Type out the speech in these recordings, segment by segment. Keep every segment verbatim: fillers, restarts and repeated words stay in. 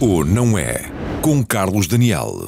ou não é? Com Carlos Daniel.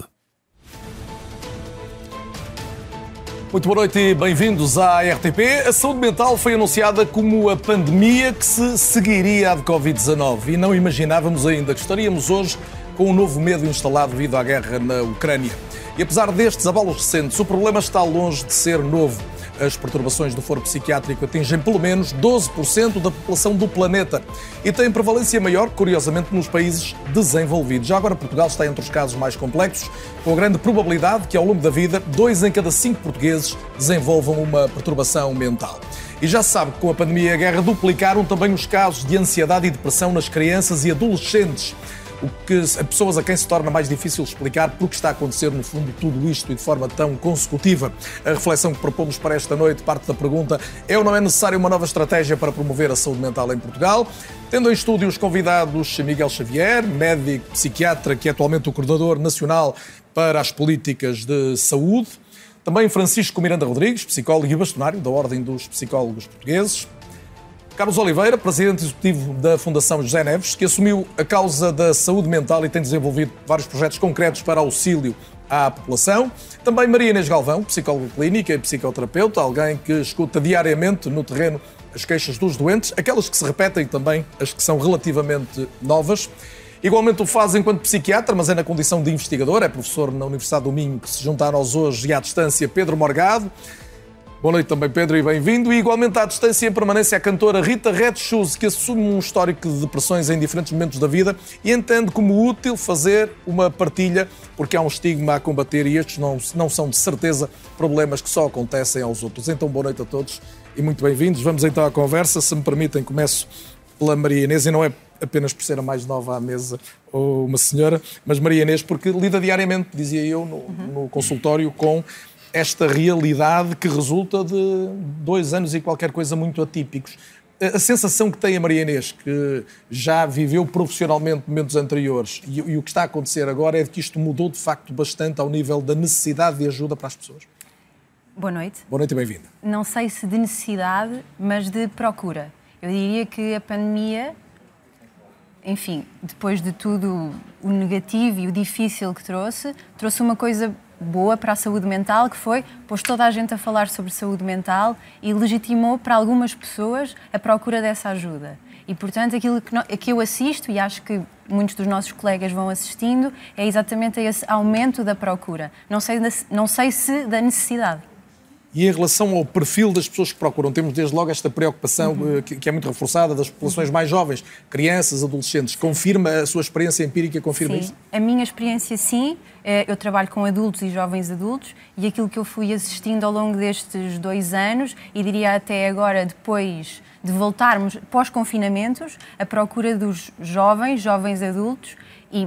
Muito boa noite e bem-vindos à R T P. A saúde mental foi anunciada como a pandemia que se seguiria à de covid dezanove e não imaginávamos ainda que estaríamos hoje com um novo medo instalado devido à guerra na Ucrânia. E apesar destes abalos recentes, o problema está longe de ser novo. As perturbações do foro psiquiátrico atingem pelo menos doze por cento da população do planeta e têm prevalência maior, curiosamente, nos países desenvolvidos. Já agora, Portugal está entre os casos mais complexos, com a grande probabilidade que, ao longo da vida, dois em cada cinco portugueses desenvolvam uma perturbação mental. E já se sabe que com a pandemia e a guerra duplicaram também os casos de ansiedade e depressão nas crianças e adolescentes. O que a pessoas a quem se torna mais difícil explicar porque está a acontecer, no fundo, tudo isto e de forma tão consecutiva. A reflexão que propomos para esta noite parte da pergunta: é ou não é necessária uma nova estratégia para promover a saúde mental em Portugal? Tendo em estúdio os convidados Miguel Xavier, médico psiquiatra, que é atualmente o coordenador nacional para as políticas de saúde. Também Francisco Miranda Rodrigues, psicólogo e bastonário da Ordem dos Psicólogos Portugueses. Carlos Oliveira, presidente executivo da Fundação José Neves, que assumiu a causa da saúde mental e tem desenvolvido vários projetos concretos para auxílio à população. Também Maria Inês Galvão, psicóloga clínica e psicoterapeuta, alguém que escuta diariamente no terreno as queixas dos doentes, aquelas que se repetem e também as que são relativamente novas. Igualmente o faz enquanto psiquiatra, mas é na condição de investigador, é professor na Universidade do Minho, que se junta a nós hoje e à distância Pedro Morgado. Boa noite também, Pedro, e bem-vindo. E igualmente à distância e em permanência a cantora Rita Red Shoes, que assume um histórico de depressões em diferentes momentos da vida e entende como útil fazer uma partilha, porque há um estigma a combater e estes não, não são, de certeza, problemas que só acontecem aos outros. Então, boa noite a todos e muito bem-vindos. Vamos então à conversa. Se me permitem, começo pela Maria Inês, e não é apenas por ser a mais nova à mesa ou uma senhora, mas Maria Inês, porque lida diariamente, dizia eu, no, no consultório, com esta realidade que resulta de dois anos e qualquer coisa muito atípicos. A sensação que tem a Maria Inês, que já viveu profissionalmente momentos anteriores, e, e o que está a acontecer agora é de que isto mudou de facto bastante ao nível da necessidade de ajuda para as pessoas. Boa noite. Boa noite e bem-vinda. Não sei se de necessidade, mas de procura. Eu diria que a pandemia, enfim, depois de tudo o negativo e o difícil que trouxe, trouxe uma coisa boa para a saúde mental, que foi pôs toda a gente a falar sobre saúde mental e legitimou para algumas pessoas a procura dessa ajuda. E, portanto, aquilo que, no, que eu assisto, e acho que muitos dos nossos colegas vão assistindo, é exatamente esse aumento da procura. Não sei, não sei se da necessidade. E em relação ao perfil das pessoas que procuram, temos desde logo esta preocupação uhum. que, que é muito reforçada das populações mais jovens, crianças, adolescentes. Confirma a sua experiência empírica, confirma sim. isso? A minha experiência, sim. Eu trabalho com adultos e jovens adultos e aquilo que eu fui assistindo ao longo destes dois anos, e diria até agora, depois de voltarmos pós-confinamentos, a procura dos jovens, jovens adultos, e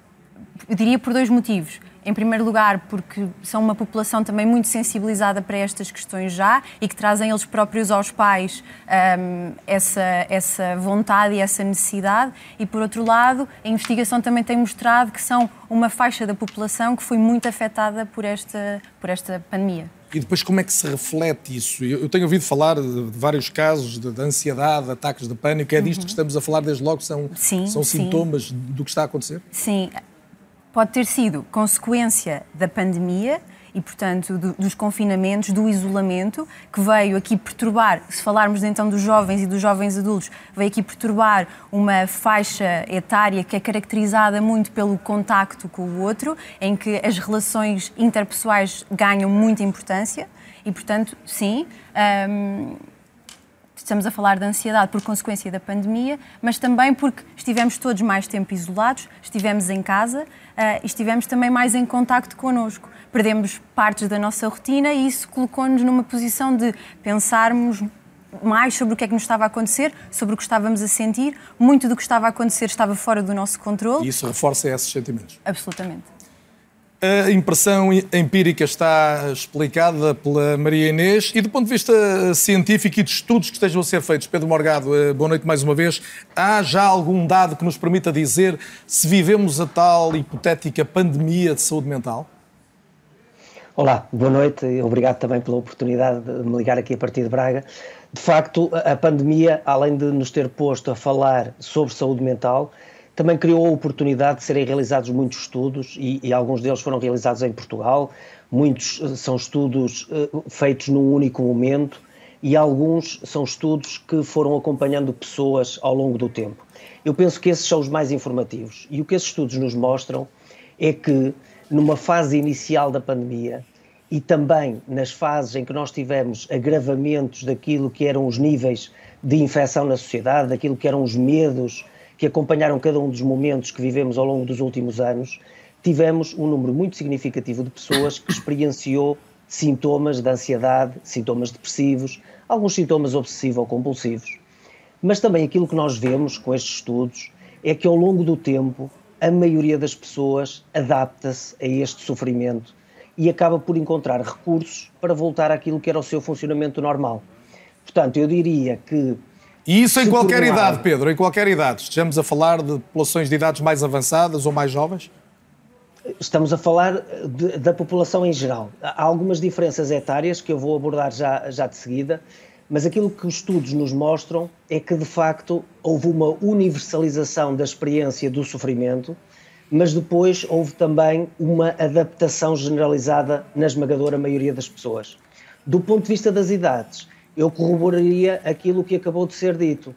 eu diria por dois motivos. Em primeiro lugar, porque são uma população também muito sensibilizada para estas questões já e que trazem eles próprios aos pais um, essa, essa vontade e essa necessidade. E, por outro lado, a investigação também tem mostrado que são uma faixa da população que foi muito afetada por esta, por esta pandemia. E depois como é que se reflete isso? Eu tenho ouvido falar de vários casos de, de ansiedade, de ataques de pânico. É disto uhum. que estamos a falar desde logo? São, sim, são sim. sintomas do que está a acontecer? Sim. Pode ter sido consequência da pandemia e, portanto, do, dos confinamentos, do isolamento, que veio aqui perturbar, se falarmos então dos jovens e dos jovens adultos, veio aqui perturbar uma faixa etária que é caracterizada muito pelo contacto com o outro, em que as relações interpessoais ganham muita importância e, portanto, sim, hum, estamos a falar da ansiedade por consequência da pandemia, mas também porque estivemos todos mais tempo isolados, estivemos em casa uh, e estivemos também mais em contacto connosco. Perdemos partes da nossa rotina e isso colocou-nos numa posição de pensarmos mais sobre o que é que nos estava a acontecer, sobre o que estávamos a sentir. Muito do que estava a acontecer estava fora do nosso controle. E isso reforça esses sentimentos? Absolutamente. A impressão empírica está explicada pela Maria Inês e do ponto de vista científico e de estudos que estejam a ser feitos, Pedro Morgado, boa noite mais uma vez, há já algum dado que nos permita dizer se vivemos a tal hipotética pandemia de saúde mental? Olá, boa noite e obrigado também pela oportunidade de me ligar aqui a partir de Braga. De facto, a pandemia, além de nos ter posto a falar sobre saúde mental, também criou a oportunidade de serem realizados muitos estudos e, e alguns deles foram realizados em Portugal, muitos são estudos uh, feitos num único momento e alguns são estudos que foram acompanhando pessoas ao longo do tempo. Eu penso que esses são os mais informativos e o que esses estudos nos mostram é que numa fase inicial da pandemia e também nas fases em que nós tivemos agravamentos daquilo que eram os níveis de infecção na sociedade, daquilo que eram os medos que acompanharam cada um dos momentos que vivemos ao longo dos últimos anos, tivemos um número muito significativo de pessoas que experienciou sintomas de ansiedade, sintomas depressivos, alguns sintomas obsessivo-compulsivos. Mas também aquilo que nós vemos com estes estudos é que ao longo do tempo a maioria das pessoas adapta-se a este sofrimento e acaba por encontrar recursos para voltar àquilo que era o seu funcionamento normal. Portanto, eu diria que... E isso em qualquer um idade, lado, Pedro, em qualquer idade. Estamos a falar de populações de idades mais avançadas ou mais jovens? Estamos a falar de, da população em geral. Há algumas diferenças etárias que eu vou abordar já, já de seguida, mas aquilo que os estudos nos mostram é que, de facto, houve uma universalização da experiência do sofrimento, mas depois houve também uma adaptação generalizada na esmagadora maioria das pessoas. Do ponto de vista das idades, eu corroboraria aquilo que acabou de ser dito.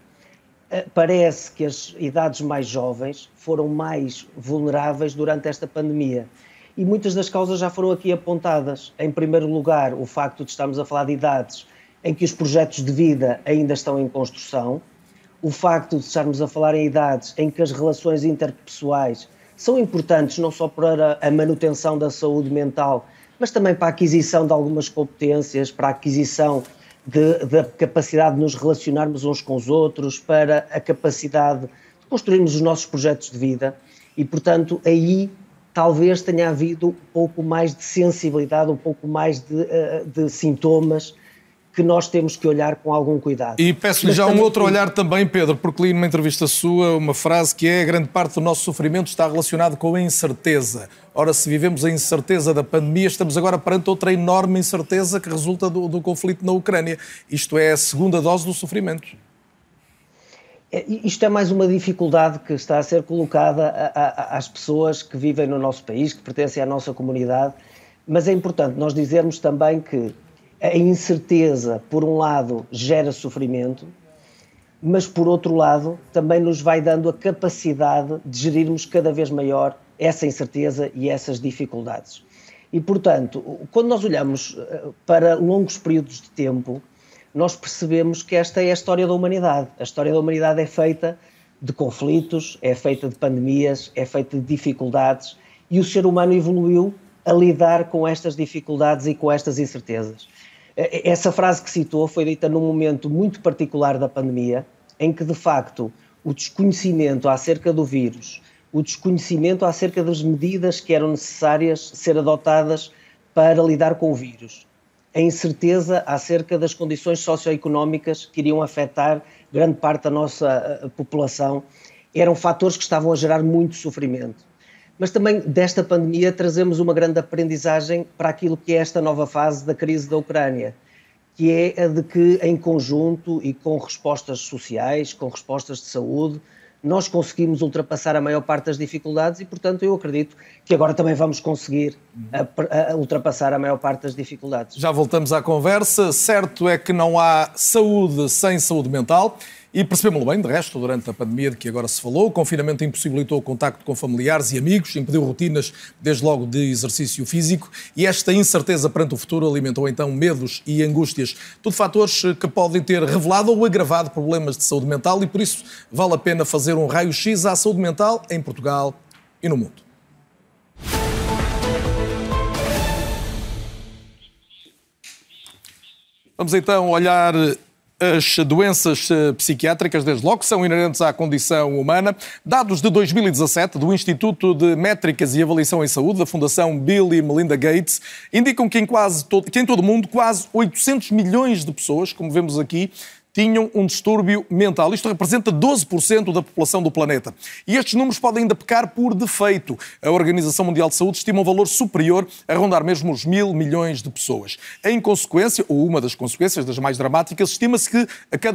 Parece que as idades mais jovens foram mais vulneráveis durante esta pandemia e muitas das causas já foram aqui apontadas. Em primeiro lugar, o facto de estarmos a falar de idades em que os projetos de vida ainda estão em construção, o facto de estarmos a falar em idades em que as relações interpessoais são importantes não só para a manutenção da saúde mental, mas também para a aquisição de algumas competências, para a aquisição De, da capacidade de nos relacionarmos uns com os outros, para a capacidade de construirmos os nossos projetos de vida e, portanto, aí talvez tenha havido um pouco mais de sensibilidade, um pouco mais de, de sintomas que nós temos que olhar com algum cuidado. E peço-lhe já um outro olhar também, Pedro, porque li numa entrevista sua uma frase que é: a grande parte do nosso sofrimento está relacionado com a incerteza. Ora, se vivemos a incerteza da pandemia, estamos agora perante outra enorme incerteza que resulta do, do conflito na Ucrânia. Isto é a segunda dose do sofrimento. É, isto é mais uma dificuldade que está a ser colocada a, a, às pessoas que vivem no nosso país, que pertencem à nossa comunidade, mas é importante nós dizermos também que a incerteza, por um lado, gera sofrimento, mas, por outro lado, também nos vai dando a capacidade de gerirmos cada vez maior essa incerteza e essas dificuldades. E, portanto, quando nós olhamos para longos períodos de tempo, nós percebemos que esta é a história da humanidade. A história da humanidade é feita de conflitos, é feita de pandemias, é feita de dificuldades, e o ser humano evoluiu a lidar com estas dificuldades e com estas incertezas. Essa frase que citou foi dita num momento muito particular da pandemia, em que, de facto, o desconhecimento acerca do vírus, o desconhecimento acerca das medidas que eram necessárias ser adotadas para lidar com o vírus, a incerteza acerca das condições socioeconómicas que iriam afetar grande parte da nossa população, eram fatores que estavam a gerar muito sofrimento. Mas também desta pandemia trazemos uma grande aprendizagem para aquilo que é esta nova fase da crise da Ucrânia, que é a de que, em conjunto e com respostas sociais, com respostas de saúde, nós conseguimos ultrapassar a maior parte das dificuldades e, portanto, eu acredito que agora também vamos conseguir a, a ultrapassar a maior parte das dificuldades. Já voltamos à conversa. Certo é que não há saúde sem saúde mental. E percebemos bem, de resto, durante a pandemia de que agora se falou, o confinamento impossibilitou o contacto com familiares e amigos, impediu rotinas, desde logo de exercício físico, e esta incerteza perante o futuro alimentou então medos e angústias. Tudo fatores que podem ter revelado ou agravado problemas de saúde mental e por isso vale a pena fazer um raio-x à saúde mental em Portugal e no mundo. Vamos então olhar as doenças psiquiátricas, desde logo, que são inerentes à condição humana. Dados de dois mil e dezassete do Instituto de Métricas e Avaliação em Saúde, da Fundação Bill e Melinda Gates, indicam que em, quase todo, que em todo o mundo quase oitocentos milhões de pessoas, como vemos aqui, tinham um distúrbio mental. Isto representa doze por cento da população do planeta. E estes números podem ainda pecar por defeito. A Organização Mundial de Saúde estima um valor superior a rondar mesmo os mil milhões de pessoas. Em consequência, ou uma das consequências, das mais dramáticas, estima-se que a cada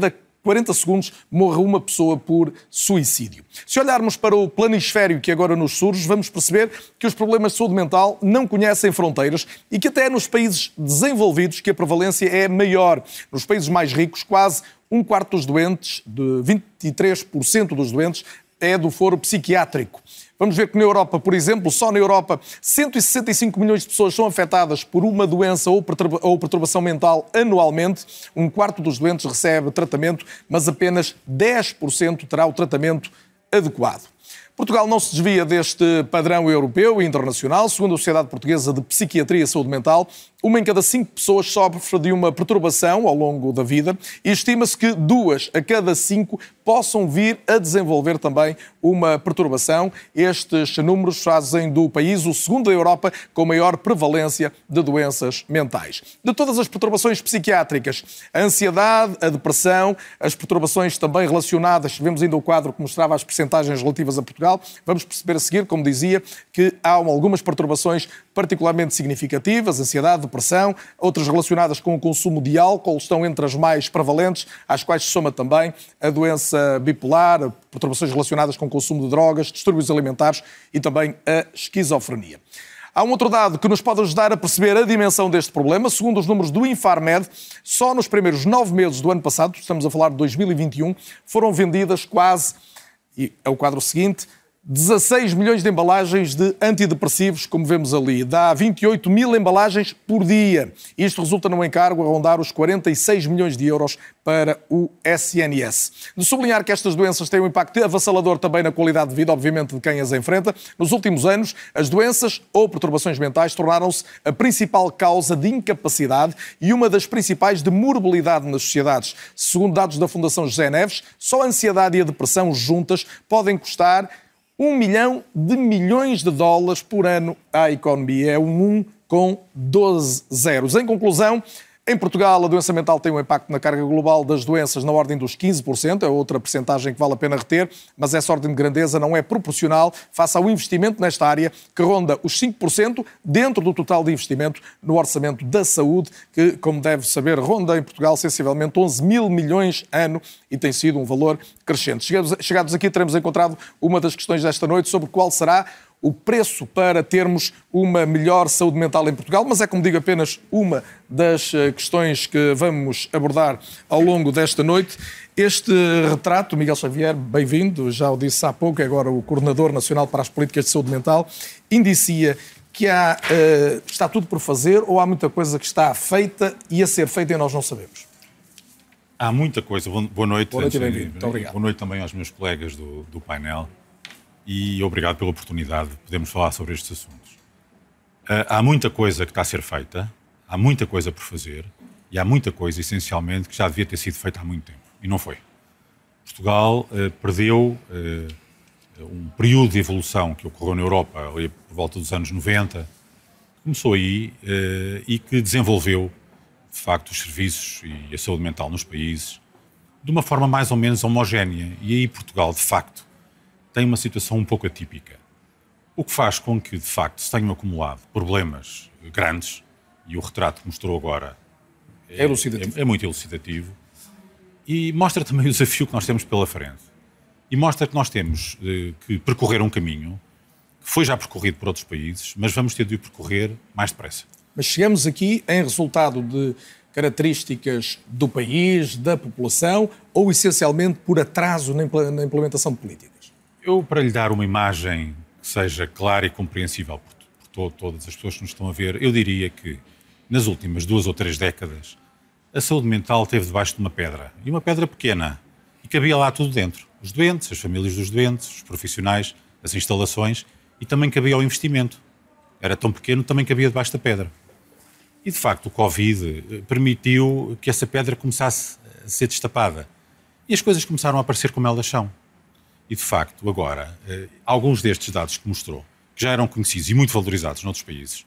quarenta segundos morra uma pessoa por suicídio. Se olharmos para o planisfério que agora nos surge, vamos perceber que os problemas de saúde mental não conhecem fronteiras e que até nos países desenvolvidos que a prevalência é maior. Nos países mais ricos, quase um quarto dos doentes, de vinte e três por cento dos doentes, é do foro psiquiátrico. Vamos ver que na Europa, por exemplo, só na Europa, cento e sessenta e cinco milhões de pessoas são afetadas por uma doença ou perturbação mental anualmente. Um quarto dos doentes recebe tratamento, mas apenas dez por cento terá o tratamento adequado. Portugal não se desvia deste padrão europeu e internacional. Segundo a Sociedade Portuguesa de Psiquiatria e Saúde Mental, uma em cada cinco pessoas sofre de uma perturbação ao longo da vida e estima-se que duas a cada cinco possam vir a desenvolver também uma perturbação. Estes números fazem do país o segundo da Europa com maior prevalência de doenças mentais. De todas as perturbações psiquiátricas, a ansiedade, a depressão, as perturbações também relacionadas, vemos ainda o quadro que mostrava as percentagens relativas a Portugal, vamos perceber a seguir, como dizia, que há algumas perturbações particularmente significativas, ansiedade, depressão, outras relacionadas com o consumo de álcool estão entre as mais prevalentes, às quais se soma também a doença bipolar, perturbações relacionadas com o consumo de drogas, distúrbios alimentares e também a esquizofrenia. Há um outro dado que nos pode ajudar a perceber a dimensão deste problema. Segundo os números do Infarmed, só nos primeiros nove meses do ano passado, estamos a falar de dois mil e vinte e um, foram vendidas quase, e é o quadro seguinte, dezasseis milhões de embalagens de antidepressivos, como vemos ali. Dá vinte e oito mil embalagens por dia. Isto resulta num encargo a rondar os quarenta e seis milhões de euros para o S N S. De sublinhar que estas doenças têm um impacto avassalador também na qualidade de vida, obviamente, de quem as enfrenta. Nos últimos anos, as doenças ou perturbações mentais tornaram-se a principal causa de incapacidade e uma das principais de morbilidade nas sociedades. Segundo dados da Fundação José Neves, só a ansiedade e a depressão juntas podem custar um milhão de milhões de dólares por ano à economia. É um um com doze zeros. Em conclusão, em Portugal, a doença mental tem um impacto na carga global das doenças na ordem dos quinze por cento, é outra percentagem que vale a pena reter, mas essa ordem de grandeza não é proporcional face ao investimento nesta área, que ronda os cinco por cento dentro do total de investimento no orçamento da saúde, que, como deve saber, ronda em Portugal sensivelmente onze mil milhões ano e tem sido um valor crescente. Chegados, chegados aqui, teremos encontrado uma das questões desta noite sobre qual será o preço para termos uma melhor saúde mental em Portugal, mas é, como digo, apenas uma das questões que vamos abordar ao longo desta noite. Este retrato, Miguel Xavier, bem-vindo, já o disse há pouco, é agora o Coordenador Nacional para as Políticas de Saúde Mental, indicia que há, uh, está tudo por fazer ou há muita coisa que está feita e a ser feita e nós não sabemos? Há muita coisa. Boa noite. Boa noite, bem-vindo. Muito obrigado. Boa noite também aos meus colegas do, do painel. E obrigado pela oportunidade de podermos falar sobre estes assuntos. Uh, há muita coisa que está a ser feita, há muita coisa por fazer e há muita coisa, essencialmente, que já devia ter sido feita há muito tempo. E não foi. Portugal uh, perdeu uh, um período de evolução que ocorreu na Europa ali por volta dos anos noventa, começou aí uh, e que desenvolveu, de facto, os serviços e a saúde mental nos países de uma forma mais ou menos homogénea. E aí Portugal, de facto, tem uma situação um pouco atípica. O que faz com que, de facto, se tenham acumulado problemas grandes, e o retrato que mostrou agora é, é, elucidativo. é, é muito elucidativo, e mostra também o desafio que nós temos pela frente. E mostra que nós temos eh, que percorrer um caminho que foi já percorrido por outros países, mas vamos ter de o percorrer mais depressa. Mas chegamos aqui em resultado de características do país, da população, ou essencialmente por atraso na implementação de políticas? Eu, para lhe dar uma imagem que seja clara e compreensível por, por to, todas as pessoas que nos estão a ver, eu diria que nas últimas duas ou três décadas a saúde mental esteve debaixo de uma pedra. E uma pedra pequena. E cabia lá tudo dentro. Os doentes, as famílias dos doentes, os profissionais, as instalações e também cabia o investimento. Era tão pequeno, também cabia debaixo da pedra. E, de facto, o Covid permitiu que essa pedra começasse a ser destapada. E as coisas começaram a aparecer como elas são. E, de facto, agora, eh, alguns destes dados que mostrou, que já eram conhecidos e muito valorizados noutros países...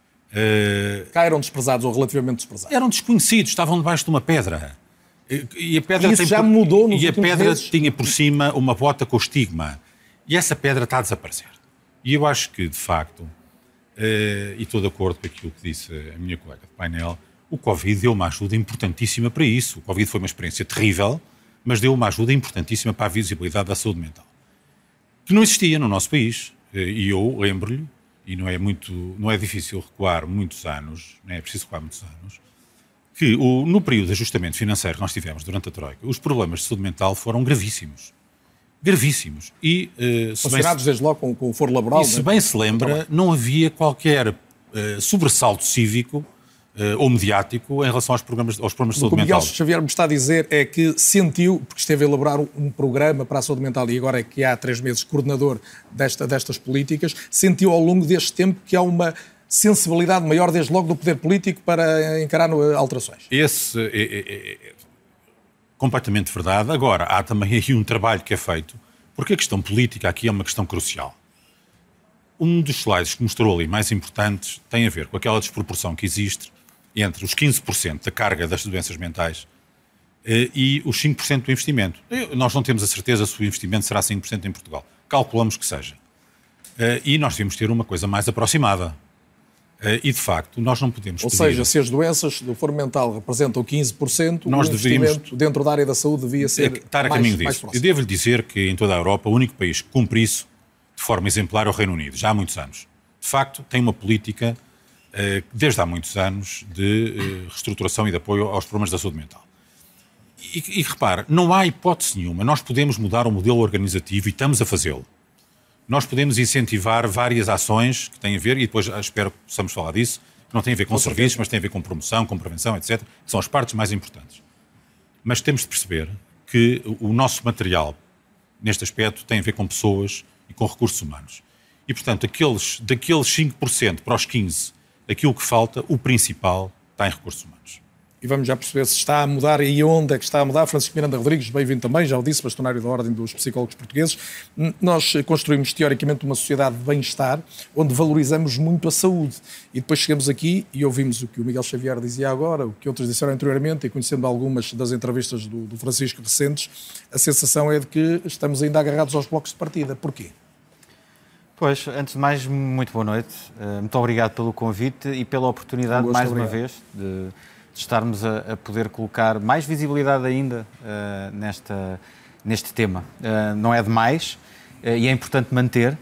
Eh, Cá eram desprezados ou relativamente desprezados? Eram desconhecidos, estavam debaixo de uma pedra. E, e a pedra e isso tem já por, mudou nos E a últimos pedra meses? tinha por cima uma bota com estigma. E essa pedra está a desaparecer. E eu acho que, de facto, eh, e estou de acordo com aquilo que disse a minha colega de painel, o Covid deu uma ajuda importantíssima para isso. O Covid foi uma experiência terrível, mas deu uma ajuda importantíssima para a visibilidade da saúde mental, que não existia no nosso país. E eu lembro-lhe, e não é, muito, não é difícil recuar muitos anos, não é preciso recuar muitos anos, que o, no período de ajustamento financeiro que nós tivemos durante a Troika, os problemas de saúde mental foram gravíssimos. Gravíssimos. E, uh, Funcionados desde logo com, com o foro laboral. E se bem se lembra, não havia qualquer uh, sobressalto cívico uh, ou mediático em relação aos, programas, aos problemas de saúde mental. O que o Miguel Xavier me está a dizer é que sentiu, porque esteve a elaborar um, um programa para a saúde mental e agora é que há três meses coordenador desta, destas políticas, sentiu ao longo deste tempo que há uma sensibilidade maior desde logo do poder político para encarar alterações. Esse é, é, é completamente verdade. Agora, há também aí um trabalho que é feito, porque a questão política aqui é uma questão crucial. Um dos slides que mostrou ali mais importantes tem a ver com aquela desproporção que existe entre os quinze por cento da carga das doenças mentais eh, e os cinco por cento do investimento. Eu, nós não temos a certeza se o investimento será cinco por cento em Portugal. Calculamos que seja. Eh, e nós devemos ter uma coisa mais aproximada. Uh, e, de facto, nós não podemos Ou pedir... seja, se as doenças do foro mental representam quinze por cento, nós o investimento deveríamos... dentro da área da saúde devia ser estar a mais, caminho mais disso. próximo. Eu devo-lhe dizer que, em toda a Europa, o único país que cumpre isso de forma exemplar é o Reino Unido, já há muitos anos. De facto, tem uma política, uh, desde há muitos anos, de uh, reestruturação e de apoio aos problemas da saúde mental. E, e repare, não há hipótese nenhuma. Nós podemos mudar o modelo organizativo e estamos a fazê-lo. Nós podemos incentivar várias ações que têm a ver, e depois espero que possamos falar disso, não tem a ver com, com serviços, mas tem a ver com promoção, com prevenção, etcétera, que são as partes mais importantes. Mas temos de perceber que o nosso material, neste aspecto, tem a ver com pessoas e com recursos humanos. E, portanto, aqueles, daqueles cinco por cento para os quinze por cento, aquilo que falta, o principal, está em recursos humanos. E vamos já perceber se está a mudar e onde é que está a mudar. Francisco Miranda Rodrigues, bem-vindo também, já o disse, bastonário da Ordem dos Psicólogos Portugueses. Nós construímos, teoricamente, uma sociedade de bem-estar, onde valorizamos muito a saúde. E depois chegamos aqui e ouvimos o que o Miguel Xavier dizia agora, o que outros disseram anteriormente, e conhecendo algumas das entrevistas do, do Francisco recentes, a sensação é de que estamos ainda agarrados aos blocos de partida. Porquê? Pois, antes de mais, muito boa noite. Muito obrigado pelo convite e pela oportunidade, mais uma vez, de... de estarmos a, a poder colocar mais visibilidade ainda uh, nesta, neste tema. Uh, não é demais uh, e é importante manter.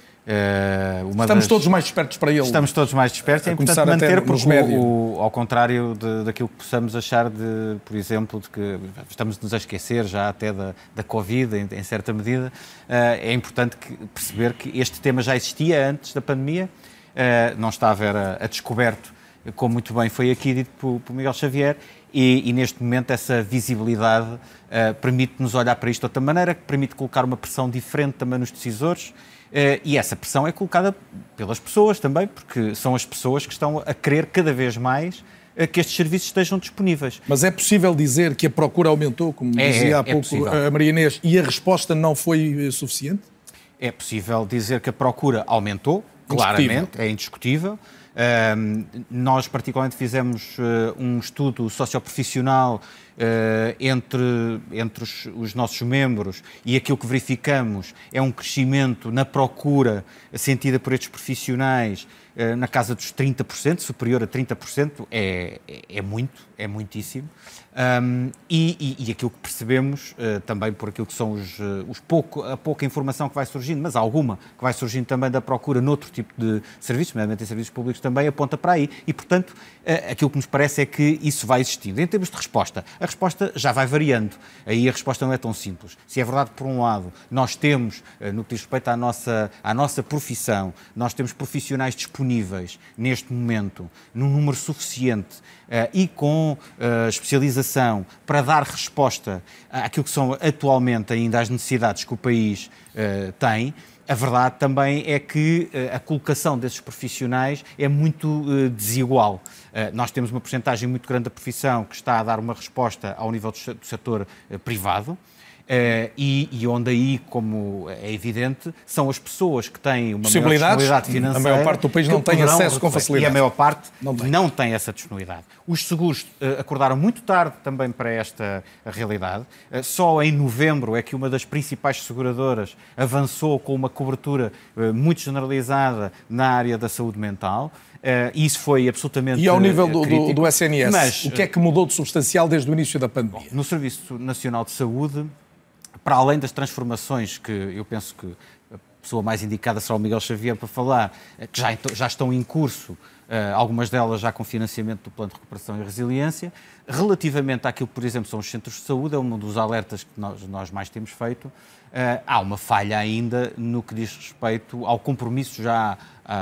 Uh, uma Estamos das... todos mais despertos para ele. Estamos todos mais despertos. É importante manter, porque, o, o, ao contrário de, daquilo que possamos achar, de, por exemplo, de que estamos-nos a esquecer já até da, da Covid, em, em certa medida, uh, é importante que, perceber que este tema já existia antes da pandemia, uh, não estava era, a descoberto, como muito bem foi aqui dito por, por Miguel Xavier, e, e neste momento essa visibilidade uh, permite-nos olhar para isto de outra maneira, permite colocar uma pressão diferente também nos decisores, uh, e essa pressão é colocada pelas pessoas também, porque são as pessoas que estão a querer cada vez mais uh, que estes serviços estejam disponíveis. Mas é possível dizer que a procura aumentou, como é, dizia é, há pouco é a Maria Inês, e a resposta não foi suficiente? É possível dizer que a procura aumentou, claramente, é indiscutível. Um, nós particularmente fizemos uh, um estudo socioprofissional uh, entre, entre os, os nossos membros, e aquilo que verificamos é um crescimento na procura sentida por estes profissionais uh, na casa dos trinta por cento, superior a trinta por cento, é, é, é muito, é muitíssimo. Um, e, e, e aquilo que percebemos, uh, também por aquilo que são os, uh, os pouco, a pouca informação que vai surgindo, mas alguma que vai surgindo também da procura noutro tipo de serviços, nomeadamente em serviços públicos também, aponta para aí. E, portanto, uh, aquilo que nos parece é que isso vai existindo. Em termos de resposta, a resposta já vai variando. Aí a resposta não é tão simples. Se é verdade, por um lado, nós temos, uh, no que diz respeito à nossa, à nossa profissão, nós temos profissionais disponíveis neste momento, num número suficiente uh, e com uh, especialização para dar resposta àquilo que são atualmente ainda as necessidades que o país uh, tem. A verdade também é que uh, a colocação desses profissionais é muito uh, desigual. Uh, nós temos uma porcentagem muito grande da profissão que está a dar uma resposta ao nível do, do setor uh, privado, Uh, e, e onde aí, como é evidente, são as pessoas que têm uma maior disponibilidade financeira. A maior parte do país não tem acesso com facilidade. E a maior parte não tem, não tem essa disponibilidade. Os seguros uh, acordaram muito tarde também para esta realidade. Uh, só em novembro é que uma das principais seguradoras avançou com uma cobertura uh, muito generalizada na área da saúde mental. Uh, isso foi absolutamente E ao nível do, do, do S N S, Mas, o que é que mudou de substancial desde o início da pandemia? Bom, no Serviço Nacional de Saúde, para além das transformações que eu penso que a pessoa mais indicada será o Miguel Xavier para falar, que já, já estão em curso, algumas delas já com financiamento do Plano de Recuperação e Resiliência, relativamente àquilo que, por exemplo, são os centros de saúde, é um dos alertas que nós, nós mais temos feito, há uma falha ainda no que diz respeito ao compromisso já,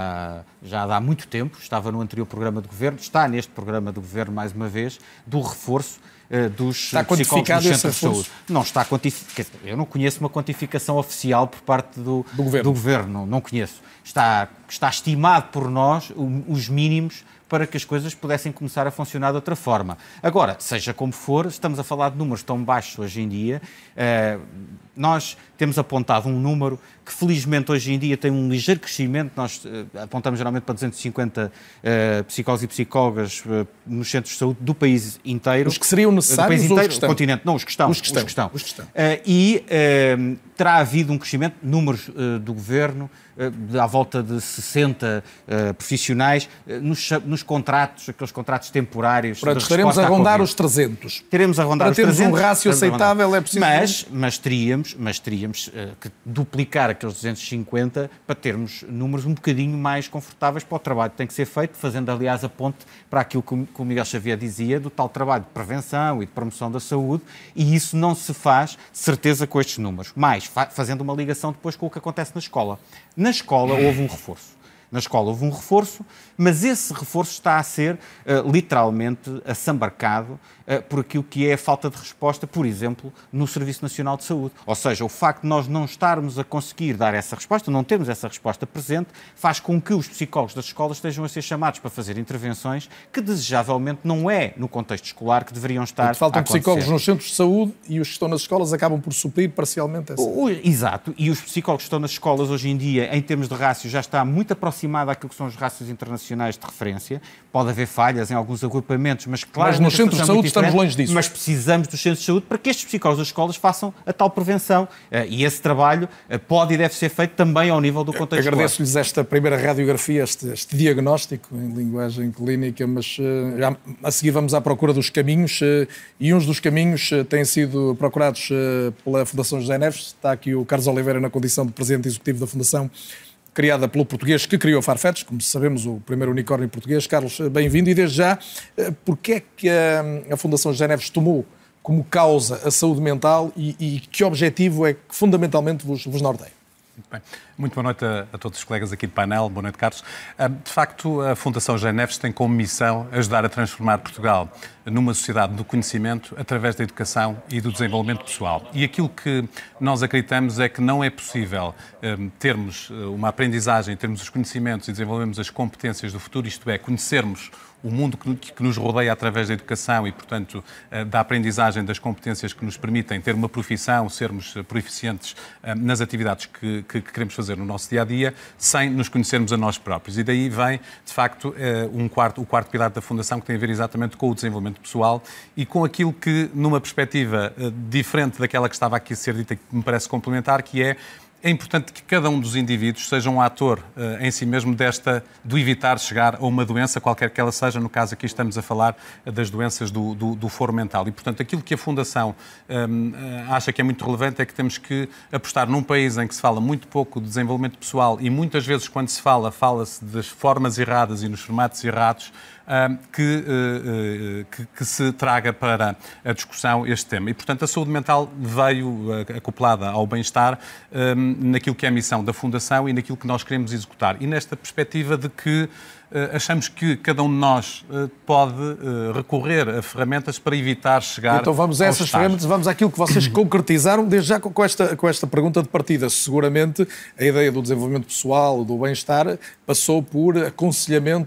já há muito tempo, estava no anterior programa de governo, está neste programa de governo mais uma vez, do reforço dos está psicólogos nos centros de saúde. reforço? Não está quantificado. Eu não conheço uma quantificação oficial por parte do, do governo. Do governo. Não, não conheço. Está, está estimado por nós os mínimos para que as coisas pudessem começar a funcionar de outra forma. Agora, seja como for, estamos a falar de números tão baixos hoje em dia. Uh, nós temos apontado um número que, felizmente, hoje em dia tem um ligeiro crescimento. Nós uh, apontamos geralmente para duzentos e cinquenta uh, psicólogos e psicólogas uh, nos centros de saúde do país inteiro. Os que seriam necessários do país ou inteiro, os que estão? Continente, não, os que estão. Os que estão. Os que estão. Os que estão. Uh, e uh, terá havido um crescimento, números uh, do governo, uh, à volta de sessenta uh, profissionais, uh, nos, nos contratos, aqueles contratos temporários. Portanto, estaremos a rondar os trezentos. Teremos a rondar Para os trezentos. Para termos um rácio aceitável é preciso... Mas, mas teríamos, mas teríamos uh, que duplicar aqueles duzentos e cinquenta para termos números um bocadinho mais confortáveis para o trabalho que tem que ser feito, fazendo, aliás, a ponte para aquilo que o Miguel Xavier dizia, do tal trabalho de prevenção e de promoção da saúde, e isso não se faz, de certeza, com estes números. Mais, fa- fazendo uma ligação depois com o que acontece na escola. Na escola houve um reforço. Na escola houve um reforço, mas esse reforço está a ser uh, literalmente assambarcado uh, por aquilo que é a falta de resposta, por exemplo, no Serviço Nacional de Saúde. Ou seja, o facto de nós não estarmos a conseguir dar essa resposta, não termos essa resposta presente, faz com que os psicólogos das escolas estejam a ser chamados para fazer intervenções que, desejavelmente, não é no contexto escolar que deveriam estar Porque faltam a acontecer. psicólogos nos centros de saúde e os que estão nas escolas acabam por suprir parcialmente essa. O, exato, e os psicólogos que estão nas escolas hoje em dia, em termos de rácio, já está muito aproximado àquilo que são os rácios internacionais de referência. Pode haver falhas em alguns agrupamentos, mas claro... Mas nos centros de saúde estamos longe disso. Mas precisamos dos centros de saúde para que estes psicólogos das escolas façam a tal prevenção. E esse trabalho pode e deve ser feito também ao nível do contexto escolar. Agradeço-lhes esta primeira radiografia, este, este diagnóstico em linguagem clínica, mas já a seguir vamos à procura dos caminhos, e uns dos caminhos têm sido procurados pela Fundação José Neves. Está aqui o Carlos Oliveira na condição de Presidente Executivo da Fundação, criada pelo português que criou Farfetch, como sabemos, o primeiro unicórnio português. Carlos, bem-vindo. E desde já, porquê é que a, a Fundação José Neves tomou como causa a saúde mental e, e que objetivo é que fundamentalmente vos, vos norteia? Muito bem. Muito boa noite a, a todos os colegas aqui de painel. Boa noite, Carlos. De facto, a Fundação José Neves tem como missão ajudar a transformar Portugal numa sociedade do conhecimento através da educação e do desenvolvimento pessoal. E aquilo que nós acreditamos é que não é possível um, termos uma aprendizagem, termos os conhecimentos e desenvolvermos as competências do futuro, isto é, conhecermos o mundo que, que nos rodeia através da educação e, portanto, da aprendizagem das competências que nos permitem ter uma profissão, sermos proficientes nas atividades que, que, que queremos fazer no nosso dia-a-dia, sem nos conhecermos a nós próprios. E daí vem, de facto, um quarto, o quarto pilar da Fundação, que tem a ver exatamente com o desenvolvimento pessoal e com aquilo que, numa perspectiva diferente daquela que estava aqui a ser dita, que me parece complementar, que é É importante que cada um dos indivíduos seja um ator uh, em si mesmo desta, do evitar chegar a uma doença, qualquer que ela seja. No caso aqui estamos a falar uh, das doenças do, do, do foro mental. E, portanto, aquilo que a Fundação um, uh, acha que é muito relevante é que temos que apostar num país em que se fala muito pouco de desenvolvimento pessoal e muitas vezes quando se fala, fala-se das formas erradas e nos formatos errados, uh, que, uh, uh, que, que se traga para a discussão este tema. E, portanto, a saúde mental veio uh, acoplada ao bem-estar um, naquilo que é a missão da Fundação e naquilo que nós queremos executar. E nesta perspectiva de que uh, achamos que cada um de nós uh, pode uh, recorrer a ferramentas para evitar chegar Então vamos a essas aos ferramentas, vamos àquilo que vocês concretizaram, desde já com esta, com esta pergunta de partida. Seguramente a ideia do desenvolvimento pessoal, do bem-estar, passou por aconselhamento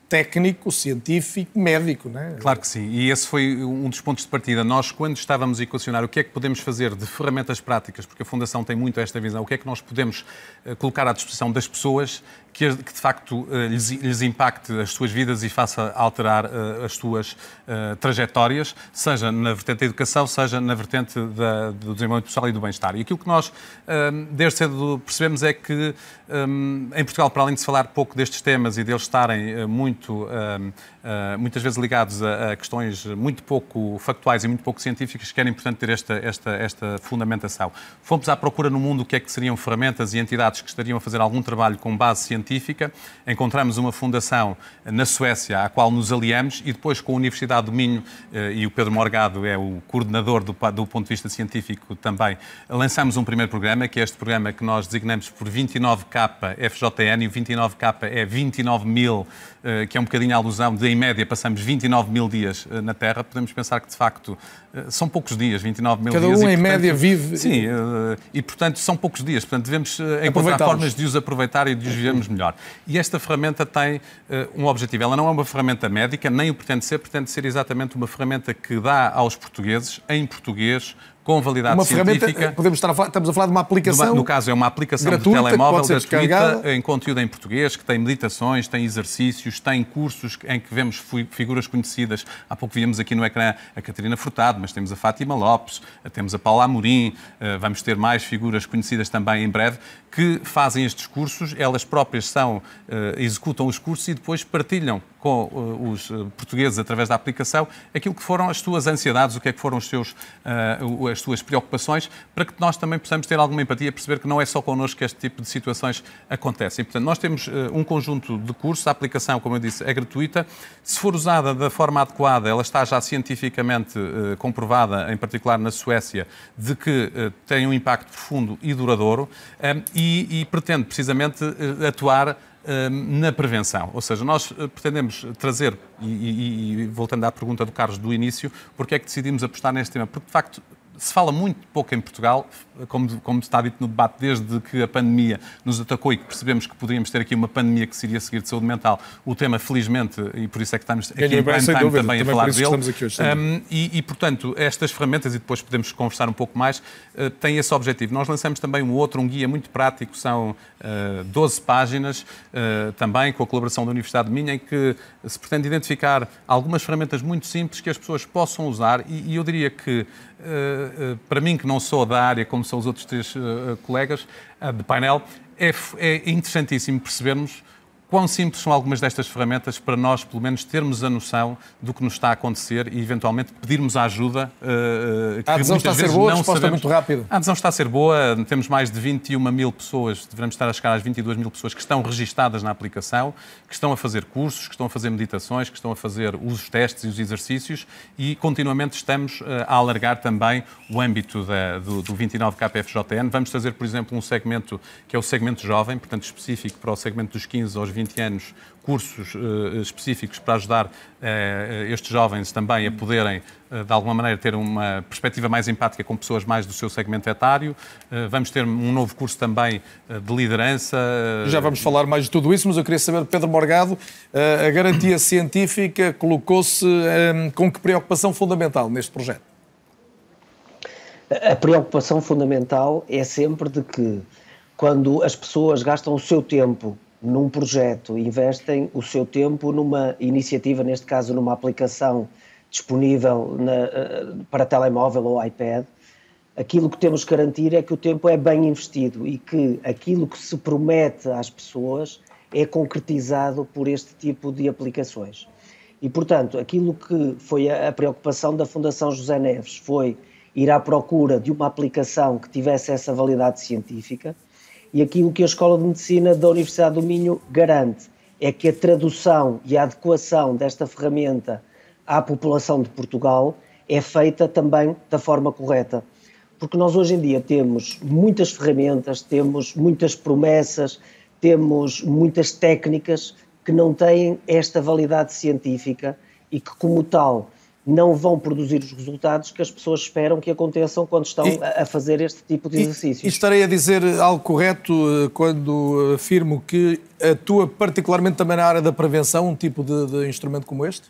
técnico, científico, médico, não é? Claro que sim, e esse foi um dos pontos de partida. Nós, quando estávamos a equacionar o que é que podemos fazer de ferramentas práticas, porque a Fundação tem muito esta visão, o que é que nós podemos uh, colocar à disposição das pessoas que, que de facto, uh, lhes, lhes impacte as suas vidas e faça alterar uh, as suas uh, trajetórias, seja na vertente da educação, seja na vertente da, do desenvolvimento pessoal e do bem-estar. E aquilo que nós, uh, desde cedo, percebemos é que, um, em Portugal, para além de se falar pouco destes temas e deles estarem uh, muito, uh, uh, muitas vezes ligados a, a questões muito pouco factuais e muito pouco científicas, que era importante ter esta, esta, esta fundamentação. Fomos à procura no mundo o que é que seriam ferramentas e entidades que estariam a fazer algum trabalho com base científica. Encontramos uma fundação na Suécia à qual nos aliamos e depois com a Universidade do Minho, e o Pedro Morgado é o coordenador do, do ponto de vista científico também, lançamos um primeiro programa, que é este programa que nós designamos por vinte e nove K F J N, e o vinte e nove K é vinte e nove mil, que é um bocadinho a alusão de, em média, passamos vinte e nove mil dias na Terra. Podemos pensar que, de facto, são poucos dias, vinte e nove mil Cada dias. Cada um, e, em portanto, média, vive... Sim, e, portanto, são poucos dias. Portanto, devemos encontrar formas de os aproveitar e de os vivermos melhor. E esta ferramenta tem uh, um objetivo. Ela não é uma ferramenta médica, nem o pretende ser, pretende ser exatamente uma ferramenta que dá aos portugueses, em português, com validade uma científica. Ferramenta, podemos estar a falar, estamos a falar de uma aplicação. No, no caso, é uma aplicação gratuita, de telemóvel gratuita, gratuita, em conteúdo em português, que tem meditações, tem exercícios, tem cursos em que vemos figuras conhecidas. Há pouco víamos aqui no ecrã a Catarina Furtado, mas temos a Fátima Lopes, temos a Paula Amorim, vamos ter mais figuras conhecidas também em breve, que fazem estes cursos, elas próprias são, executam os cursos e depois partilham com os portugueses, através da aplicação, aquilo que foram as suas ansiedades, o que é que foram os seus, uh, as suas preocupações, para que nós também possamos ter alguma empatia, perceber que não é só connosco que este tipo de situações acontecem. Portanto, nós temos uh, um conjunto de cursos, a aplicação, como eu disse, é gratuita. Se for usada da forma adequada, ela está já cientificamente uh, comprovada, em particular na Suécia, de que uh, tem um impacto profundo e duradouro, um, e, e pretende precisamente uh, atuar na prevenção. Ou seja, nós pretendemos trazer, e, e, e voltando à pergunta do Carlos do início, porque é que decidimos apostar neste tema? Porque, de facto, se fala muito pouco em Portugal, como, como está dito no debate, desde que a pandemia nos atacou e que percebemos que poderíamos ter aqui uma pandemia que se iria seguir de saúde mental. O tema, felizmente, e por isso é que estamos aqui em prime time também, também a falar dele. Hoje, um, e, e, portanto, estas ferramentas, e depois podemos conversar um pouco mais, uh, têm esse objetivo. Nós lançamos também um outro, um guia muito prático, são uh, doze páginas, uh, também com a colaboração da Universidade de Minho, em que se pretende identificar algumas ferramentas muito simples que as pessoas possam usar, e, e eu diria que Uh, uh, para mim, que não sou da área, como são os outros três uh, colegas uh, de painel, é, é interessantíssimo percebermos quão simples são algumas destas ferramentas para nós, pelo menos, termos a noção do que nos está a acontecer e, eventualmente, pedirmos a ajuda. Uh, que a adesão está a ser boa, a resposta é muito rápida. A adesão está a ser boa, temos mais de vinte e uma mil pessoas, devemos estar a chegar às vinte e duas mil pessoas que estão registadas na aplicação, que estão a fazer cursos, que estão a fazer meditações, que estão a fazer os testes e os exercícios, e continuamente estamos uh, a alargar também o âmbito da, do, do vinte e nove K F J N. Vamos trazer, por exemplo, um segmento que é o segmento jovem, portanto, específico para o segmento dos quinze aos vinte anos, cursos uh, específicos para ajudar uh, estes jovens também a poderem, uh, de alguma maneira, ter uma perspectiva mais empática com pessoas mais do seu segmento etário. Uh, vamos ter um novo curso também uh, de liderança. Uh... Já vamos falar mais de tudo isso, mas eu queria saber, Pedro Morgado, uh, a garantia científica colocou-se um, com que preocupação fundamental neste projeto? A preocupação fundamental é sempre de que, quando as pessoas gastam o seu tempo num projeto, investem o seu tempo numa iniciativa, neste caso numa aplicação disponível na, para telemóvel ou iPad, aquilo que temos que garantir é que o tempo é bem investido e que aquilo que se promete às pessoas é concretizado por este tipo de aplicações. E, portanto, aquilo que foi a preocupação da Fundação José Neves foi ir à procura de uma aplicação que tivesse essa validade científica. E aquilo que a Escola de Medicina da Universidade do Minho garante é que a tradução e a adequação desta ferramenta à população de Portugal é feita também da forma correta. Porque nós hoje em dia temos muitas ferramentas, temos muitas promessas, temos muitas técnicas que não têm esta validade científica e que, como tal, não vão produzir os resultados que as pessoas esperam que aconteçam quando estão e, a fazer este tipo de exercícios. E, e estarei a dizer algo correto quando afirmo que atua particularmente também na área da prevenção um tipo de, de instrumento como este?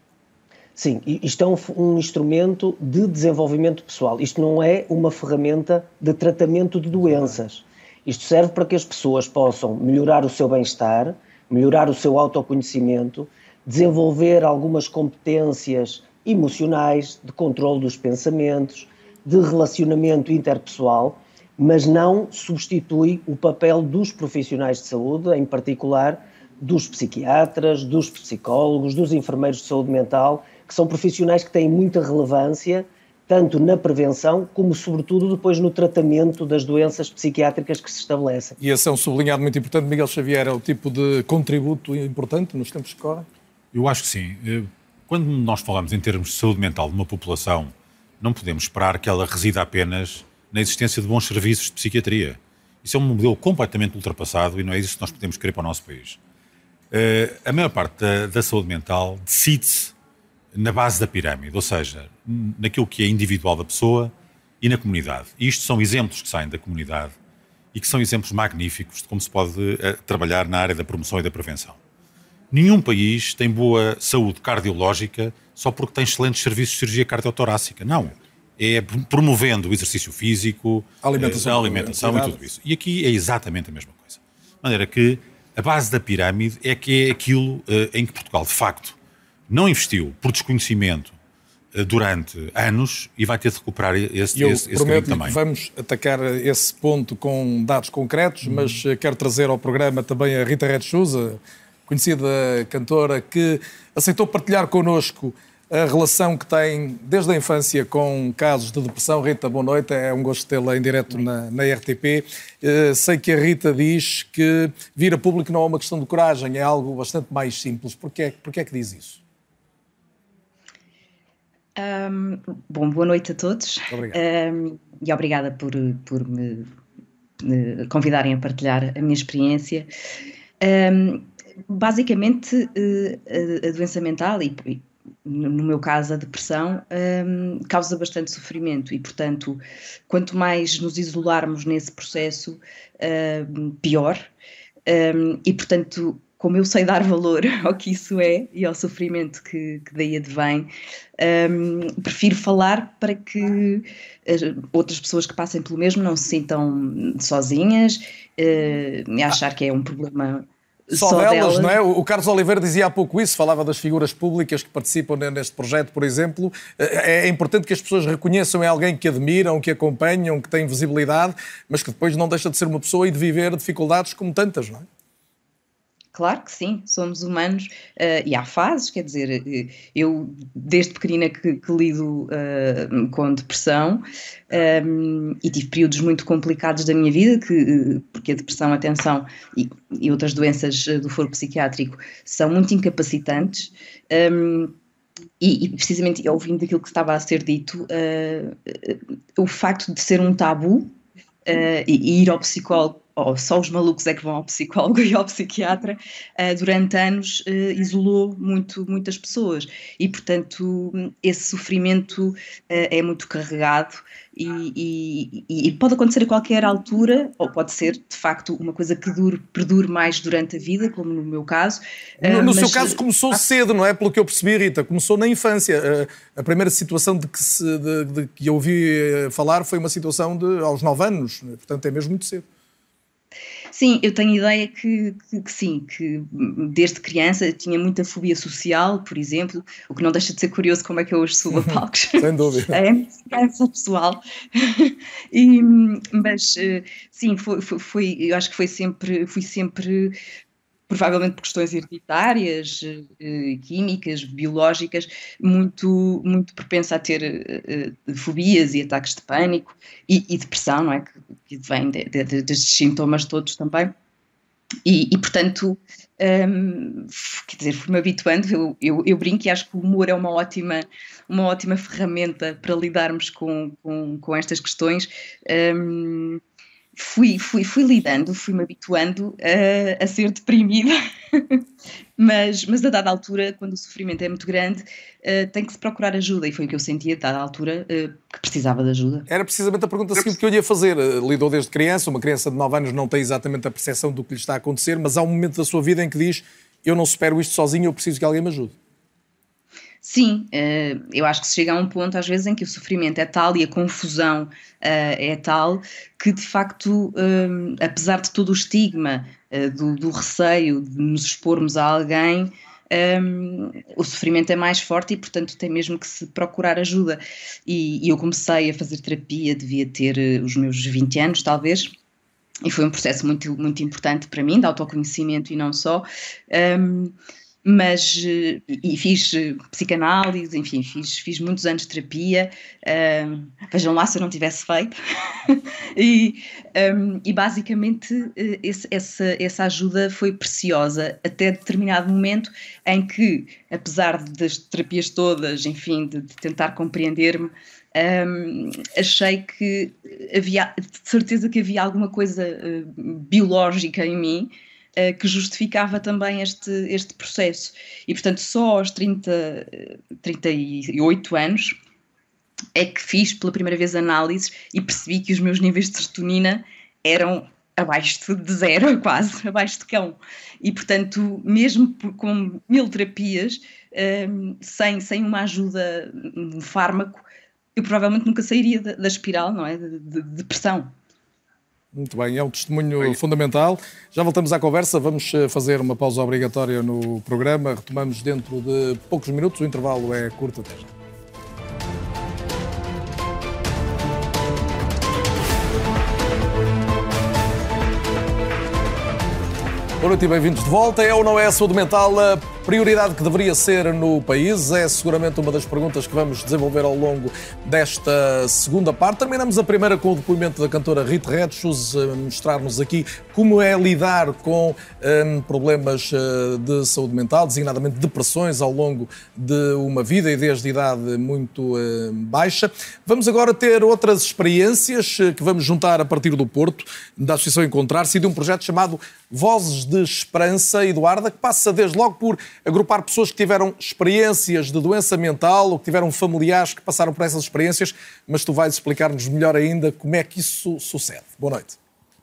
Sim, isto é um, um instrumento de desenvolvimento pessoal. Isto não é uma ferramenta de tratamento de doenças. Isto serve para que as pessoas possam melhorar o seu bem-estar, melhorar o seu autoconhecimento, desenvolver algumas competências emocionais, de controle dos pensamentos, de relacionamento interpessoal, mas não substitui o papel dos profissionais de saúde, em particular dos psiquiatras, dos psicólogos, dos enfermeiros de saúde mental, que são profissionais que têm muita relevância, tanto na prevenção como, sobretudo, depois no tratamento das doenças psiquiátricas que se estabelecem. E esse é um sublinhado muito importante. Miguel Xavier, é o tipo de contributo importante nos tempos que correm? Eu acho que sim. Quando nós falamos em termos de saúde mental de uma população, não podemos esperar que ela resida apenas na existência de bons serviços de psiquiatria. Isso é um modelo completamente ultrapassado e não é isso que nós podemos querer para o nosso país. A maior parte da, da saúde mental decide-se na base da pirâmide, ou seja, naquilo que é individual da pessoa e na comunidade. E isto são exemplos que saem da comunidade e que são exemplos magníficos de como se pode uh, trabalhar na área da promoção e da prevenção. Nenhum país tem boa saúde cardiológica só porque tem excelentes serviços de cirurgia cardiotorácica. Não. É promovendo o exercício físico, a alimentação, a alimentação e tudo isso. E aqui é exatamente a mesma coisa. De maneira que a base da pirâmide é que é aquilo uh, em que Portugal, de facto, não investiu por desconhecimento uh, durante anos e vai ter de recuperar esse, Eu esse, esse caminho também. Vamos atacar esse ponto com dados concretos, hum. mas uh, quero trazer ao programa também a Rita Red Shoes, a conhecida cantora, que aceitou partilhar connosco a relação que tem desde a infância com casos de depressão. Rita, boa noite, é um gosto tê-la em direto na, na R T P. Uh, sei que a Rita diz que vir a público não é uma questão de coragem, é algo bastante mais simples. Porquê, porquê é que diz isso? Um, bom, boa noite a todos. Um, e obrigada por, por me, me convidarem a partilhar a minha experiência. Um, basicamente, a, a doença mental e no meu caso a depressão, um, causa bastante sofrimento e, portanto, quanto mais nos isolarmos nesse processo, um, pior. Um, e, portanto, como eu sei dar valor ao que isso é e ao sofrimento que, que daí advém, um, prefiro falar para que outras pessoas que passem pelo mesmo não se sintam sozinhas, uh, e achar que é um problema Só, Só delas, delas, não é? O Carlos Oliveira dizia há pouco isso, falava das figuras públicas que participam neste projeto, por exemplo. É importante que as pessoas reconheçam é alguém que admiram, que acompanham, que tem visibilidade, mas que depois não deixa de ser uma pessoa e de viver dificuldades como tantas, não é? Claro que sim, somos humanos uh, e há fases, quer dizer, eu desde pequenina que, que lido uh, com depressão um, e tive períodos muito complicados da minha vida, que, porque a depressão, atenção, e, e outras doenças do foro psiquiátrico são muito incapacitantes. Um, E, e precisamente ouvindo aquilo que estava a ser dito, uh, uh, o facto de ser um tabu uh, e, e ir ao psicólogo, ou só os malucos é que vão ao psicólogo e ao psiquiatra, uh, durante anos uh, isolou muito, muitas pessoas e, portanto, esse sofrimento uh, é muito carregado e, e, e pode acontecer a qualquer altura, ou pode ser, de facto, uma coisa que dure, perdure mais durante a vida, como no meu caso. No, no uh, seu caso começou ah, cedo, não é? Pelo que eu percebi, Rita, começou na infância. Uh, a primeira situação de que, se, de, de que eu ouvi falar foi uma situação de aos nove anos, portanto é mesmo muito cedo. Sim, eu tenho ideia que, que, que sim, que desde criança tinha muita fobia social, por exemplo, o que não deixa de ser curioso como é que eu hoje subo a palcos. Sem dúvida. É criança pessoal. E, mas sim, foi, foi, foi, eu acho que foi sempre, fui sempre, provavelmente por questões hereditárias, químicas, biológicas, muito, muito propensa a ter uh, fobias e ataques de pânico e, e depressão, não é? Que, que vem de, de, de, destes sintomas todos também. E, e portanto, um, quer dizer, fui-me habituando, eu, eu, eu brinco e acho que o humor é uma ótima, uma ótima ferramenta para lidarmos com, com, com estas questões. Um, fui, fui, fui lidando, fui-me habituando a, a ser deprimida, mas, mas a dada altura, quando o sofrimento é muito grande, uh, tem que se procurar ajuda, e foi o que eu sentia a dada altura, uh, que precisava de ajuda. Era precisamente a pergunta seguinte que eu ia fazer. Lidou desde criança, uma criança de nove anos não tem exatamente a percepção do que lhe está a acontecer, mas há um momento da sua vida em que diz: eu não supero isto sozinho, eu preciso que alguém me ajude. Sim, eu acho que se chega a um ponto às vezes em que o sofrimento é tal e a confusão é tal que de facto, apesar de todo o estigma, do, do receio de nos expormos a alguém, o sofrimento é mais forte e portanto tem mesmo que se procurar ajuda. E, e eu comecei a fazer terapia, devia ter os meus vinte anos talvez, e foi um processo muito, muito importante para mim, de autoconhecimento e não só. Um, Mas, e fiz psicanálise, enfim, fiz, fiz muitos anos de terapia, um, vejam lá se eu não tivesse feito, e, um, e basicamente esse, essa, essa ajuda foi preciosa até determinado momento em que, apesar das terapias todas, enfim, de, de tentar compreender-me, um, achei que havia, de certeza que havia alguma coisa uh, biológica em mim que justificava também este, este processo. E, portanto, só aos trinta, trinta e oito anos é que fiz pela primeira vez análises e percebi que os meus níveis de serotonina eram abaixo de zero, quase, abaixo de cão. E, portanto, mesmo por, com mil terapias, um, sem, sem uma ajuda, um fármaco, eu provavelmente nunca sairia da, da espiral, não é? De, de, de depressão. Muito bem, é um testemunho bem. fundamental. Já voltamos à conversa, vamos fazer uma pausa obrigatória no programa. Retomamos dentro de poucos minutos, o intervalo é curto até já. Boa noite e bem-vindos de volta. É ou não é a saúde mental a prioridade que deveria ser no país? É seguramente uma das perguntas que vamos desenvolver ao longo desta segunda parte. Terminamos a primeira com o depoimento da cantora Rita Redes, mostrar-nos aqui como é lidar com um, problemas de saúde mental, designadamente depressões ao longo de uma vida e desde idade muito um, baixa. Vamos agora ter outras experiências que vamos juntar a partir do Porto, da Associação Encontrar-se e de um projeto chamado Vozes de Esperança, Eduarda, que passa desde logo por agrupar pessoas que tiveram experiências de doença mental ou que tiveram familiares que passaram por essas experiências, mas tu vais explicar-nos melhor ainda como é que isso sucede. Boa noite.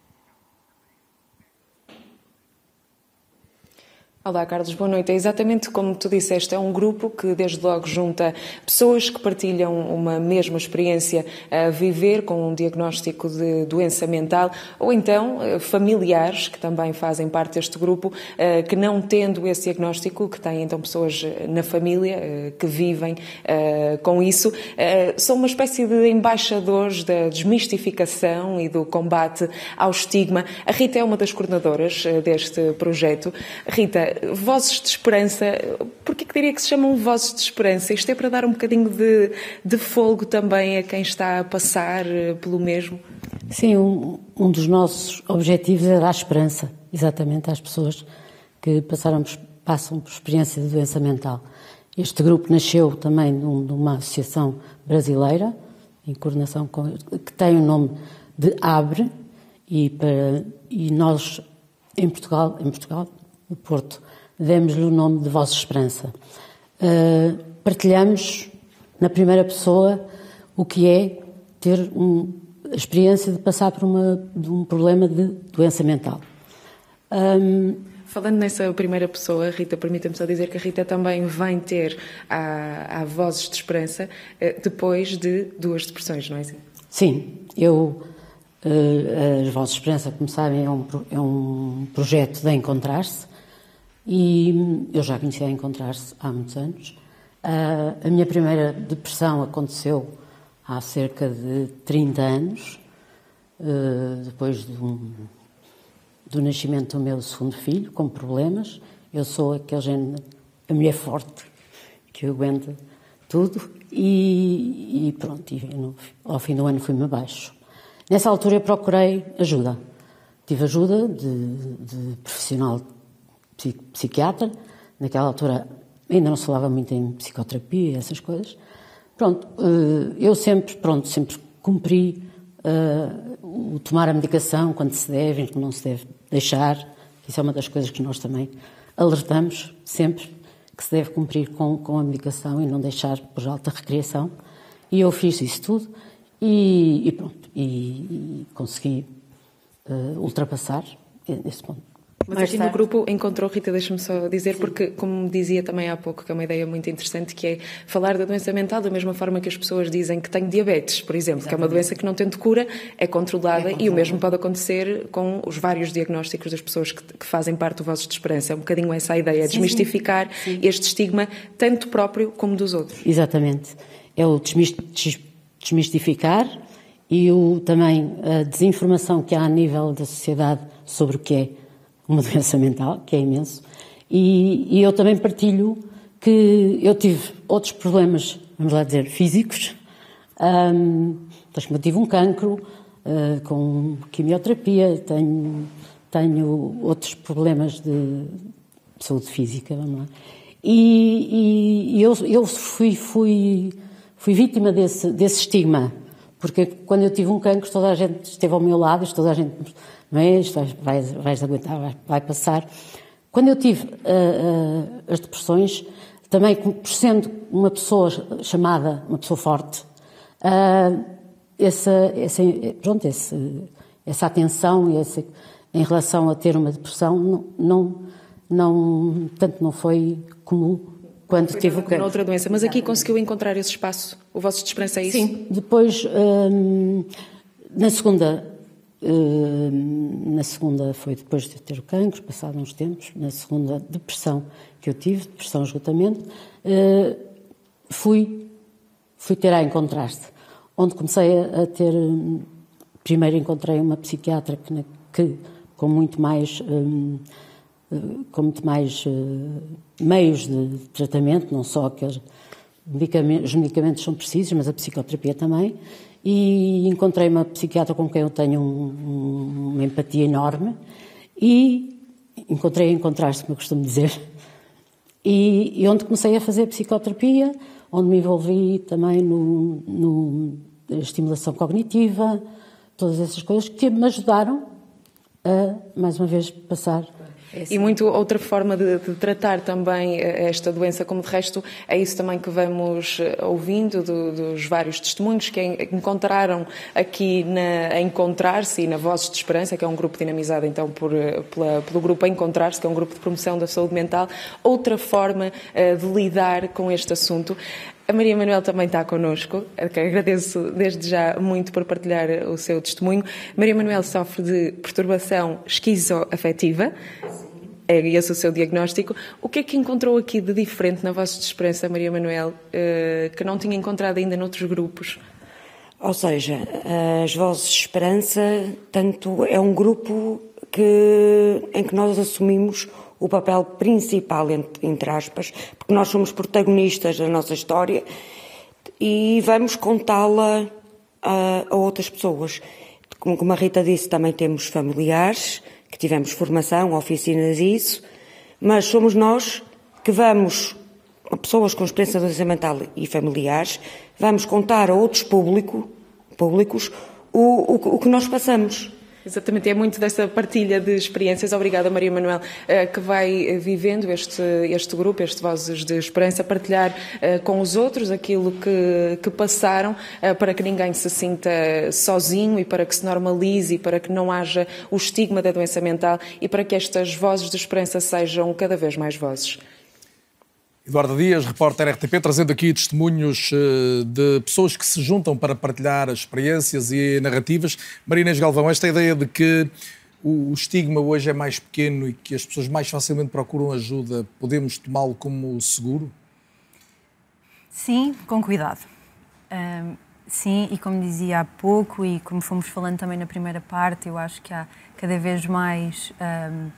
Olá, Carlos, boa noite. É exatamente como tu disseste, é um grupo que desde logo junta pessoas que partilham uma mesma experiência a viver com um diagnóstico de doença mental ou então familiares que também fazem parte deste grupo que não tendo esse diagnóstico, que têm então pessoas na família que vivem com isso, são uma espécie de embaixadores da desmistificação e do combate ao estigma. A Rita é uma das coordenadoras deste projeto. Rita, Vozes de Esperança, porquê que diria que se chamam Vozes de Esperança? Isto é para dar um bocadinho de, de fôlego também a quem está a passar pelo mesmo? Sim, um, um dos nossos objetivos é dar esperança, exatamente, às pessoas que passaram, passam por experiência de doença mental. Este grupo nasceu também de uma associação brasileira, em coordenação com, que tem o nome de ABRE, e, para, e nós, em Portugal, em Portugal, no Porto, demos-lhe o nome de Vozes de Esperança. Uh, partilhamos na primeira pessoa o que é ter um, a experiência de passar por uma, de um problema de doença mental. Um, Falando nessa primeira pessoa, Rita, permita-me só dizer que a Rita também vem ter a, a Vozes de Esperança depois de duas depressões, não é assim? Sim, eu... Uh, as Vozes de Esperança, como sabem, é um, é um projeto de Encontrar-se. E eu já conhecia a Encontrar-se há muitos anos. Uh, a minha primeira depressão aconteceu há cerca de trinta anos, uh, depois de um, do nascimento do meu segundo filho, com problemas. Eu sou aquele género, a mulher forte, que aguenta tudo, e, e pronto, e no, ao fim do ano fui-me abaixo. Nessa altura eu procurei ajuda. Tive ajuda de, de profissional psiquiatra. Naquela altura ainda não se falava muito em psicoterapia e essas coisas. Pronto, eu sempre, pronto, sempre cumpri uh, o tomar a medicação quando se deve, quando não se deve deixar. Isso é uma das coisas que nós também alertamos sempre, que se deve cumprir com, com a medicação e não deixar por alta recreação. E eu fiz isso tudo e, e pronto, e, e consegui uh, ultrapassar esse ponto. Mas aqui no grupo encontrou, Rita, deixa-me só dizer, sim, porque, como dizia também há pouco, que é uma ideia muito interessante, que é falar da doença mental da mesma forma que as pessoas dizem que têm diabetes, por exemplo, exatamente, que é uma doença que não tendo cura, é controlada, é controlada, e o mesmo pode acontecer com os vários diagnósticos das pessoas que, que fazem parte do Vozes de Esperança. É um bocadinho essa a ideia, sim, desmistificar sim, sim. este estigma, tanto próprio como dos outros. Exatamente. É o desmistificar e o, também a desinformação que há a nível da sociedade sobre o que é uma doença mental, que é imenso, e, e eu também partilho que eu tive outros problemas, vamos lá dizer, físicos. Um, eu tive um cancro uh, com quimioterapia, tenho, tenho outros problemas de saúde física, vamos lá. E, e eu, eu fui, fui, fui vítima desse, desse estigma, porque quando eu tive um cancro toda a gente esteve ao meu lado, toda a gente... Mas vais, vais aguentar, vai, vai passar. Quando eu tive uh, uh, as depressões, também por sendo uma pessoa chamada, uma pessoa forte, uh, essa, essa, pronto, esse, essa atenção esse, em relação a ter uma depressão não, não, não, tanto não foi comum quando foi tive o cancro. Outra doença, mas aqui conseguiu encontrar esse espaço? O Vozes de Esperança é isso? Sim, depois, um, na segunda... Uh, na segunda foi depois de ter o cancro, passado uns tempos, na segunda depressão que eu tive, depressão esgotamento, uh, fui, fui ter a encontrar-se, onde comecei a, a ter, um, primeiro encontrei uma psiquiatra que, que com muito mais, um, uh, com muito mais uh, meios de tratamento, não só aqueles medicamentos, os medicamentos são precisos, mas a psicoterapia também. E encontrei uma psiquiatra com quem eu tenho um, um, uma empatia enorme e encontrei a encontrar-se, como eu costumo dizer, e, e onde comecei a fazer psicoterapia, onde me envolvi também no, no na estimulação cognitiva, todas essas coisas que me ajudaram a, mais uma vez, passar... E muito outra forma de, de tratar também esta doença, como de resto é isso também que vamos ouvindo do, dos vários testemunhos que encontraram aqui na, a Encontrar-se e na Vozes de Esperança, que é um grupo dinamizado então por, pela, pelo grupo Encontrar-se, que é um grupo de promoção da saúde mental, outra forma uh, de lidar com este assunto. A Maria Manuel também está connosco, que agradeço desde já muito por partilhar o seu testemunho. Maria Manuel sofre de perturbação esquizoafetiva, é esse o seu diagnóstico. O que é que encontrou aqui de diferente na Vozes de Esperança, Maria Manuel, que não tinha encontrado ainda noutros grupos? Ou seja, as Vozes de Esperança, tanto é um grupo que, em que nós assumimos o papel principal, entre, entre aspas, porque nós somos protagonistas da nossa história e vamos contá-la a, a outras pessoas. Como, como a Rita disse, também temos familiares, que tivemos formação, oficinas e isso, mas somos nós que vamos, pessoas com experiência de doença mental e familiares, vamos contar a outros público, públicos o, o, o que nós passamos. Exatamente, é muito dessa partilha de experiências. Obrigada, Maria Manuel, que vai vivendo este, este grupo, este Vozes de Esperança, partilhar com os outros aquilo que, que passaram, para que ninguém se sinta sozinho e para que se normalize e para que não haja o estigma da doença mental e para que estas Vozes de Esperança sejam cada vez mais vozes. Eduardo Dias, repórter R T P, trazendo aqui testemunhos de pessoas que se juntam para partilhar experiências e narrativas. Maria Inês Galvão, esta ideia de que o estigma hoje é mais pequeno e que as pessoas mais facilmente procuram ajuda, podemos tomá-lo como seguro? Sim, com cuidado. Um, sim, e como dizia há pouco e como fomos falando também na primeira parte, eu acho que há cada vez mais... Um,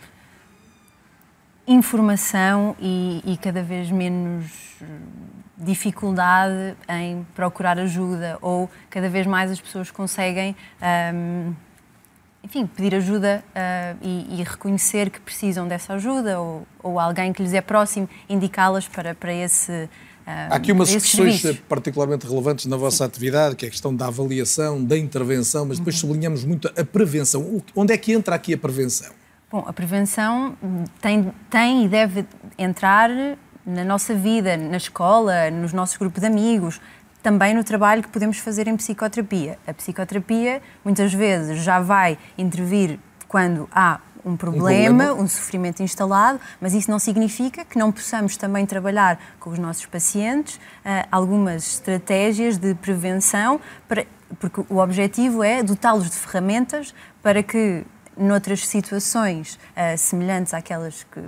informação e, e cada vez menos dificuldade em procurar ajuda ou cada vez mais as pessoas conseguem um, enfim, pedir ajuda uh, e, e reconhecer que precisam dessa ajuda ou, ou alguém que lhes é próximo, indicá-las para, para esse... Há aqui umas questões particularmente relevantes na vossa Sim. atividade, que é a questão da avaliação, da intervenção, mas depois uhum. sublinhamos muito a prevenção. Onde é que entra aqui a prevenção? Bom, a prevenção tem, tem e deve entrar na nossa vida, na escola, nos nossos grupos de amigos, também no trabalho que podemos fazer em psicoterapia. A psicoterapia, muitas vezes, já vai intervir quando há um problema, um problema, um sofrimento instalado, mas isso não significa que não possamos também trabalhar com os nossos pacientes uh, algumas estratégias de prevenção, para, porque o objetivo é dotá-los de ferramentas para que, noutras situações uh, semelhantes àquelas que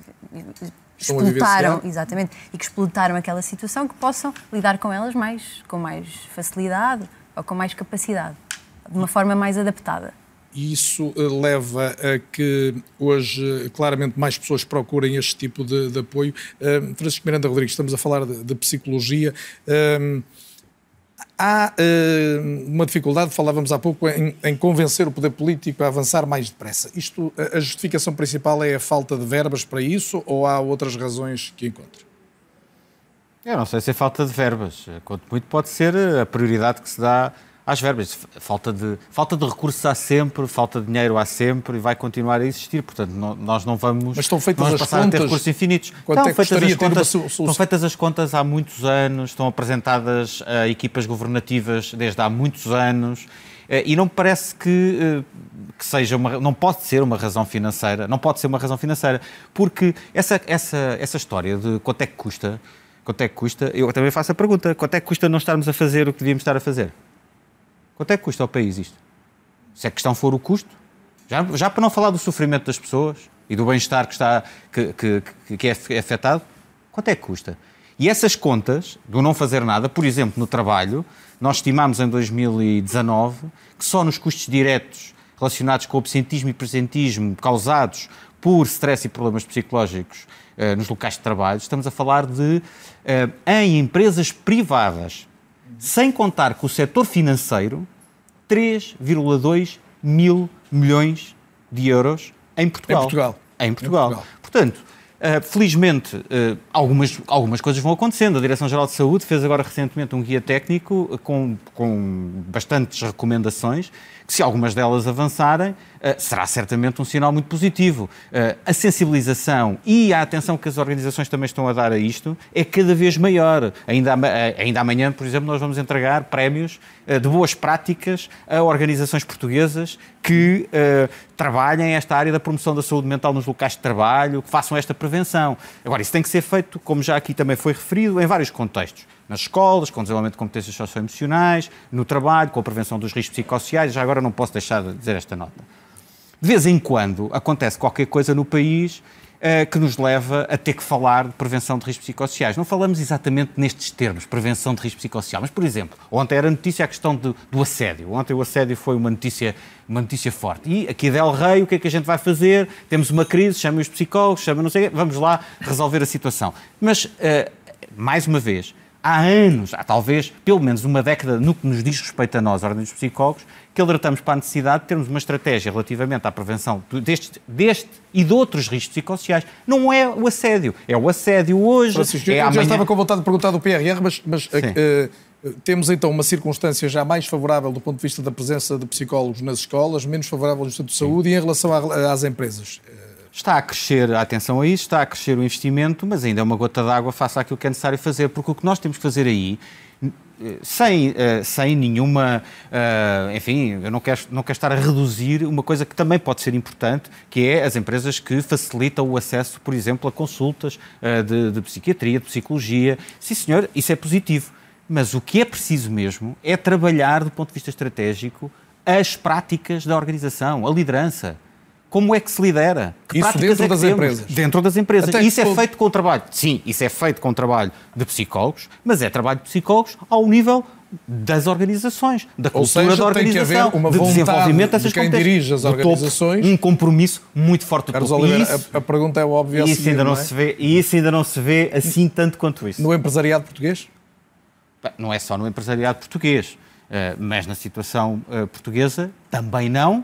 explotaram, exatamente, e que explotaram aquela situação, que possam lidar com elas mais, com mais facilidade ou com mais capacidade, de uma forma mais adaptada. E isso leva a que hoje claramente mais pessoas procurem este tipo de, de apoio. Uh, Francisco Miranda Rodrigues, estamos a falar de, de psicologia. Uh, há uh, uma dificuldade, falávamos há pouco, em, em convencer o poder político a avançar mais depressa. Isto, a justificação principal é a falta de verbas para isso ou há outras razões que encontre? Eu não sei se é falta de verbas. Quanto muito pode ser a prioridade que se dá às verbas. Falta de, falta de recursos há sempre, falta de dinheiro há sempre e vai continuar a existir. Portanto, não, nós não vamos, Mas estão feitas vamos as passar contas, a ter recursos infinitos. Quanto Estão, é que feitas as contas, ter uma... estão feitas as contas há muitos anos, estão apresentadas a equipas governativas desde há muitos anos e não me parece que, que seja uma... Não pode ser uma razão financeira, não pode ser uma razão financeira, porque essa, essa, essa história de quanto é que custa, quanto é que custa, eu também faço a pergunta, quanto é que custa não estarmos a fazer o que devíamos estar a fazer? Quanto é que custa ao país isto? Se a questão for o custo, já, já para não falar do sofrimento das pessoas e do bem-estar que, está, que, que, que é afetado, quanto é que custa? E essas contas do não fazer nada, por exemplo, no trabalho, nós estimamos em dois mil e dezanove que só nos custos diretos relacionados com o absentismo e presentismo causados por stress e problemas psicológicos eh, nos locais de trabalho, estamos a falar de, eh, em empresas privadas, sem contar com o setor financeiro, três vírgula dois mil milhões de euros em Portugal. Em Portugal. Em Portugal. Em Portugal. Portanto, uh, felizmente, uh, algumas, algumas coisas vão acontecendo. A Direção-Geral de Saúde fez agora recentemente um guia técnico com, com bastantes recomendações, que se algumas delas avançarem, uh, será certamente um sinal muito positivo. Uh, a sensibilização e a atenção que as organizações também estão a dar a isto é cada vez maior. Ainda, ainda amanhã, por exemplo, nós vamos entregar prémios uh, de boas práticas a organizações portuguesas que uh, trabalhem esta área da promoção da saúde mental nos locais de trabalho, que façam esta prevenção. Agora, isso tem que ser feito, como já aqui também foi referido, em vários contextos. Nas escolas, com desenvolvimento de competências socioemocionais, no trabalho, com a prevenção dos riscos psicossociais. Já agora não posso deixar de dizer esta nota. De vez em quando acontece qualquer coisa no país uh, que nos leva a ter que falar de prevenção de riscos psicossociais. Não falamos exatamente nestes termos, prevenção de risco psicossocial, mas, por exemplo, ontem era notícia a questão de, do assédio. Ontem o assédio foi uma notícia, uma notícia forte. E aqui Del Rey, o que é que a gente vai fazer? Temos uma crise, chamem os psicólogos, chamem não sei o quê, vamos lá resolver a situação. Mas, uh, mais uma vez, há anos, há talvez pelo menos uma década, no que nos diz respeito a nós, ordens dos psicólogos, que alertamos para a necessidade de termos uma estratégia relativamente à prevenção deste, deste e de outros riscos psicossociais. Não é o assédio, é o assédio hoje, Francisco, é eu amanhã... já estava com vontade de perguntar do P R R, mas, mas uh, temos então uma circunstância já mais favorável do ponto de vista da presença de psicólogos nas escolas, menos favorável no Instituto de Saúde e em relação a, às empresas. Está a crescer a atenção a isso, está a crescer o investimento, mas ainda é uma gota d'água face àquilo que é necessário fazer, porque o que nós temos que fazer aí, sem, sem nenhuma... Enfim, eu não quero, não quero estar a reduzir uma coisa que também pode ser importante, que é as empresas que facilitam o acesso, por exemplo, a consultas de, de psiquiatria, de psicologia. Sim, senhor, isso é positivo. Mas o que é preciso mesmo é trabalhar, do ponto de vista estratégico, as práticas da organização, a liderança. Como é que se lidera? Que isso dentro é que das temos? empresas? Dentro das empresas. Até isso é pode... feito com o trabalho. Sim, isso é feito com o trabalho de psicólogos, mas é trabalho de psicólogos ao nível das organizações, da cultura Ou seja, da organização, tem que haver uma de desenvolvimento dessas de quem dirige as organizações. Topo, um compromisso muito forte do Carlos topo. Oliveira, isso, a, a pergunta é óbvia. E isso, seguir, ainda não não é? se vê, e isso ainda não se vê assim tanto quanto isso. No empresariado português? Não é só no empresariado português, mas na situação portuguesa também não.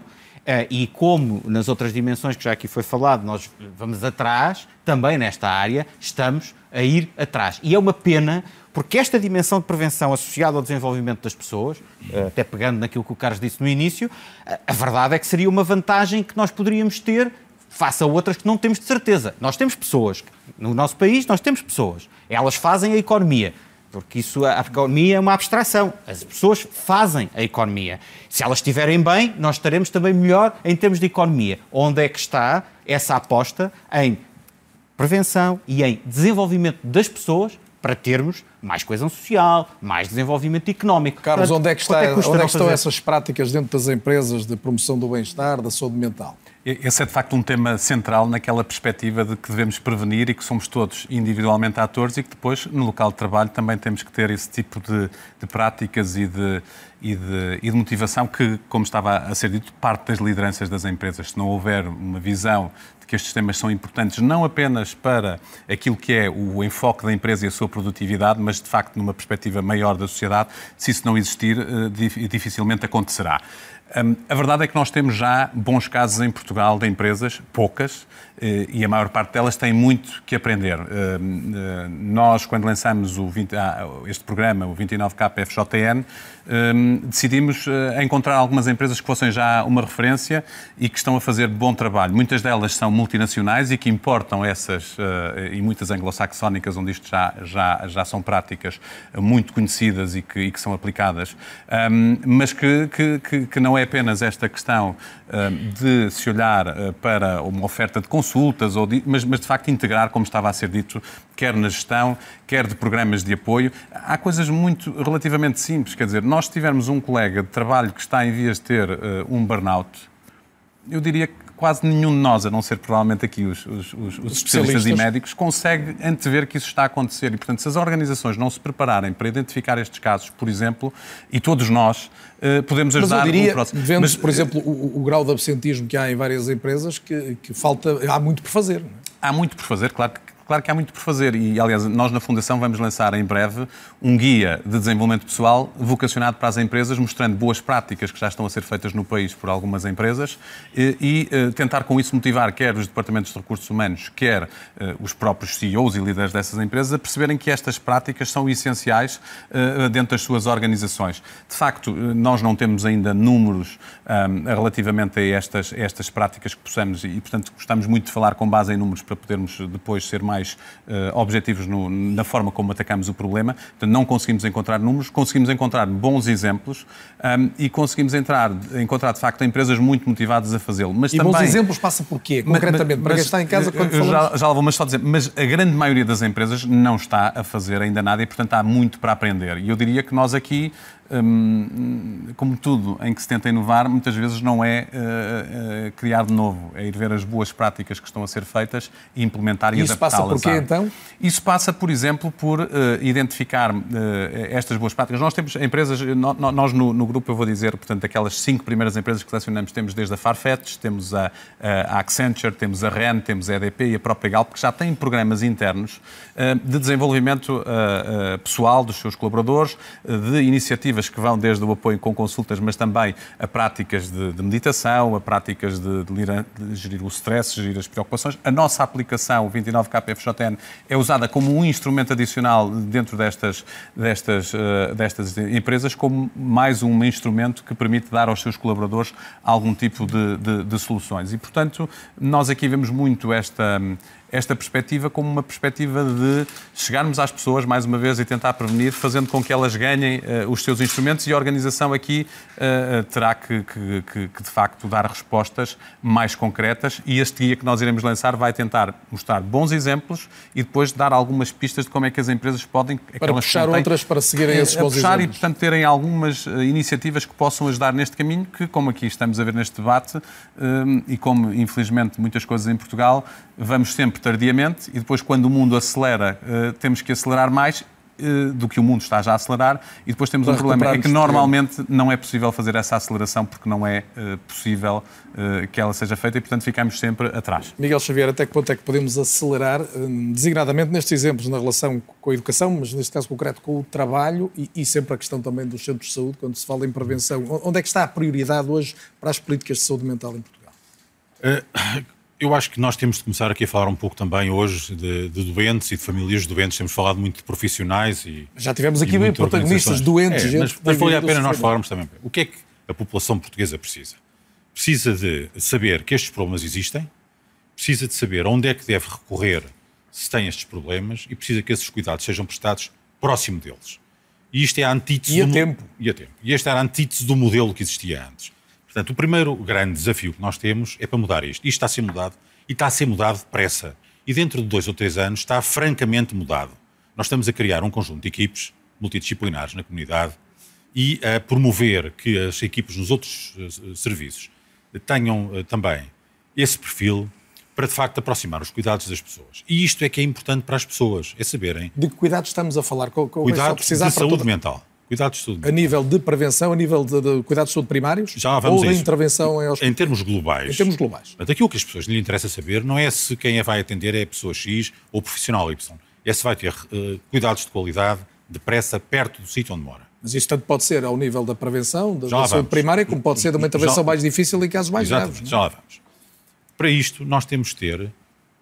e como nas outras dimensões que já aqui foi falado, nós vamos atrás, também nesta área estamos a ir atrás. E é uma pena, porque esta dimensão de prevenção associada ao desenvolvimento das pessoas, até pegando naquilo que o Carlos disse no início, a verdade é que seria uma vantagem que nós poderíamos ter face a outras que não temos de certeza. Nós temos pessoas, no nosso país nós temos pessoas, elas fazem a economia. Porque isso, a economia é uma abstração. As pessoas fazem a economia. Se elas estiverem bem, nós estaremos também melhor em termos de economia. Onde é que está essa aposta em prevenção e em desenvolvimento das pessoas para termos mais coesão social, mais desenvolvimento económico? Carlos, Portanto, onde é que, está, é que, onde é que estão fazer? essas práticas dentro das empresas de promoção do bem-estar, da saúde mental? Esse é, de facto, um tema central naquela perspectiva de que devemos prevenir e que somos todos individualmente atores e que depois, no local de trabalho, também temos que ter esse tipo de, de práticas e de, e, de, e de motivação que, como estava a ser dito, parte das lideranças das empresas. Se não houver uma visão de que estes temas são importantes não apenas para aquilo que é o enfoque da empresa e a sua produtividade, mas, de facto, numa perspectiva maior da sociedade, se isso não existir, dificilmente acontecerá. Um, a verdade é que nós temos já bons casos em Portugal de empresas, poucas, eh, e a maior parte delas tem muito que aprender. Uh, uh, nós, quando lançamos o vinte, ah, este programa, o vinte e nove K F J N, um, decidimos uh, encontrar algumas empresas que fossem já uma referência e que estão a fazer bom trabalho. Muitas delas são multinacionais e que importam essas, uh, e muitas anglo-saxónicas, onde isto já, já, já são práticas muito conhecidas e que, e que são aplicadas, um, mas que, que, que, que não é apenas esta questão uh, de se olhar uh, para uma oferta de consultas, ou de, mas, mas de facto integrar, como estava a ser dito, quer na gestão, quer de programas de apoio. Há coisas muito relativamente simples, quer dizer, nós se tivermos um colega de trabalho que está em vias de ter uh, um burnout, eu diria que quase nenhum de nós, a não ser provavelmente aqui os, os, os, os especialistas e médicos, consegue antever que isso está a acontecer. E, portanto, se as organizações não se prepararem para identificar estes casos, por exemplo, e todos nós, uh, podemos ajudar... Mas eu diria, no próximo... vendo Mas, por exemplo, o, o grau de absentismo que há em várias empresas, que, que falta, há muito por fazer. Não é? Há muito por fazer, claro que Claro que há muito por fazer e, aliás, nós na Fundação vamos lançar em breve um guia de desenvolvimento pessoal vocacionado para as empresas, mostrando boas práticas que já estão a ser feitas no país por algumas empresas e, e tentar com isso motivar quer os departamentos de recursos humanos, quer uh, os próprios C E Os e líderes dessas empresas a perceberem que estas práticas são essenciais uh, dentro das suas organizações. De facto, nós não temos ainda números um, relativamente a estas, a estas práticas que possamos e, portanto, gostamos muito de falar com base em números para podermos depois ser mais mais uh, objetivos no, na forma como atacamos o problema. Portanto, não conseguimos encontrar números, conseguimos encontrar bons exemplos um, e conseguimos entrar, encontrar, de facto, empresas muito motivadas a fazê-lo. Mas e também, bons exemplos passa por quê? Concretamente, mas, para quem está em casa, quando eu falamos... já, já vou, mas só dizer, mas a grande maioria das empresas não está a fazer ainda nada e, portanto, há muito para aprender. E eu diria que nós aqui, Hum, como tudo em que se tenta inovar, muitas vezes não é uh, uh, criar de novo, é ir ver as boas práticas que estão a ser feitas e implementar e adaptá-las. Isso passa por quê, então? Isso passa, por exemplo, por uh, identificar uh, estas boas práticas. Nós temos empresas, no, nós no, no grupo, eu vou dizer, portanto, aquelas cinco primeiras empresas que selecionamos, temos desde a Farfetch, temos a, a Accenture, temos a R E N, temos a E D P e a própria Galp, que já têm programas internos uh, de desenvolvimento uh, uh, pessoal dos seus colaboradores, uh, de iniciativas que vão desde o apoio com consultas, mas também a práticas de, de meditação, a práticas de, de, de gerir o stress, gerir as preocupações. A nossa aplicação, o vinte e nove K F J N, é usada como um instrumento adicional dentro destas, destas, uh, destas empresas, como mais um instrumento que permite dar aos seus colaboradores algum tipo de, de, de soluções. E, portanto, nós aqui vemos muito esta... esta perspectiva como uma perspectiva de chegarmos às pessoas, mais uma vez, e tentar prevenir, fazendo com que elas ganhem uh, os seus instrumentos e a organização aqui uh, terá que, que, que, que, de facto, dar respostas mais concretas e este guia que nós iremos lançar vai tentar mostrar bons exemplos e depois dar algumas pistas de como é que as empresas podem... Para puxar têm, outras para seguirem esses bons puxar exemplos. E, portanto, terem algumas uh, iniciativas que possam ajudar neste caminho, que, como aqui estamos a ver neste debate, uh, e como, infelizmente, muitas coisas em Portugal, vamos sempre tardiamente e depois, quando o mundo acelera, uh, temos que acelerar mais uh, do que o mundo está já a acelerar, e depois temos Para um problema, é que normalmente tempo. não é possível fazer essa aceleração porque não é uh, possível uh, que ela seja feita e, portanto, ficamos sempre atrás. Miguel Xavier, até que ponto é que podemos acelerar, uh, designadamente nestes exemplos na relação com a educação, mas neste caso concreto com o trabalho e, e sempre a questão também dos centros de saúde, quando se fala em prevenção. Onde é que está a prioridade hoje para as políticas de saúde mental em Portugal? Uh, eu acho que nós temos de começar aqui a falar um pouco também hoje de, de doentes e de famílias de doentes. Temos falado muito de profissionais e... Já tivemos aqui bem protagonistas doentes. É, gente mas mas valia a pena nós sofrimento. falarmos também. O que é que a população portuguesa precisa? Precisa de saber que estes problemas existem, precisa de saber onde é que deve recorrer se tem estes problemas e precisa que esses cuidados sejam prestados próximo deles. E isto é a antítese... E a do... tempo. E a tempo. E este era a antítese do modelo que existia antes. Portanto, o primeiro grande desafio que nós temos é para mudar isto. Isto está a ser mudado e está a ser mudado depressa. E dentro de dois ou três anos está francamente mudado. Nós estamos a criar um conjunto de equipes multidisciplinares na comunidade e a promover que as equipes nos outros uh, serviços tenham uh, também esse perfil para, de facto, aproximar os cuidados das pessoas. E isto é que é importante para as pessoas, é saberem... De que cuidados estamos a falar? Com, com cuidados de saúde toda... mental. Cuidados de saúde mental. A nível de prevenção, a nível de, de cuidados de saúde primários? Já vamos ou a de isso. intervenção em hospitais? Em termos globais. Em termos globais. Portanto, aquilo que as pessoas lhe interessa saber não é se quem a vai atender é a pessoa X ou o profissional Y. É se vai ter uh, cuidados de qualidade, depressa, perto do sítio onde mora. Mas isto tanto pode ser ao nível da prevenção, da, da saúde vamos. primária, como pode ser de uma intervenção já, mais difícil em casos mais exatamente, graves. Já lá vamos. Para isto, nós temos de ter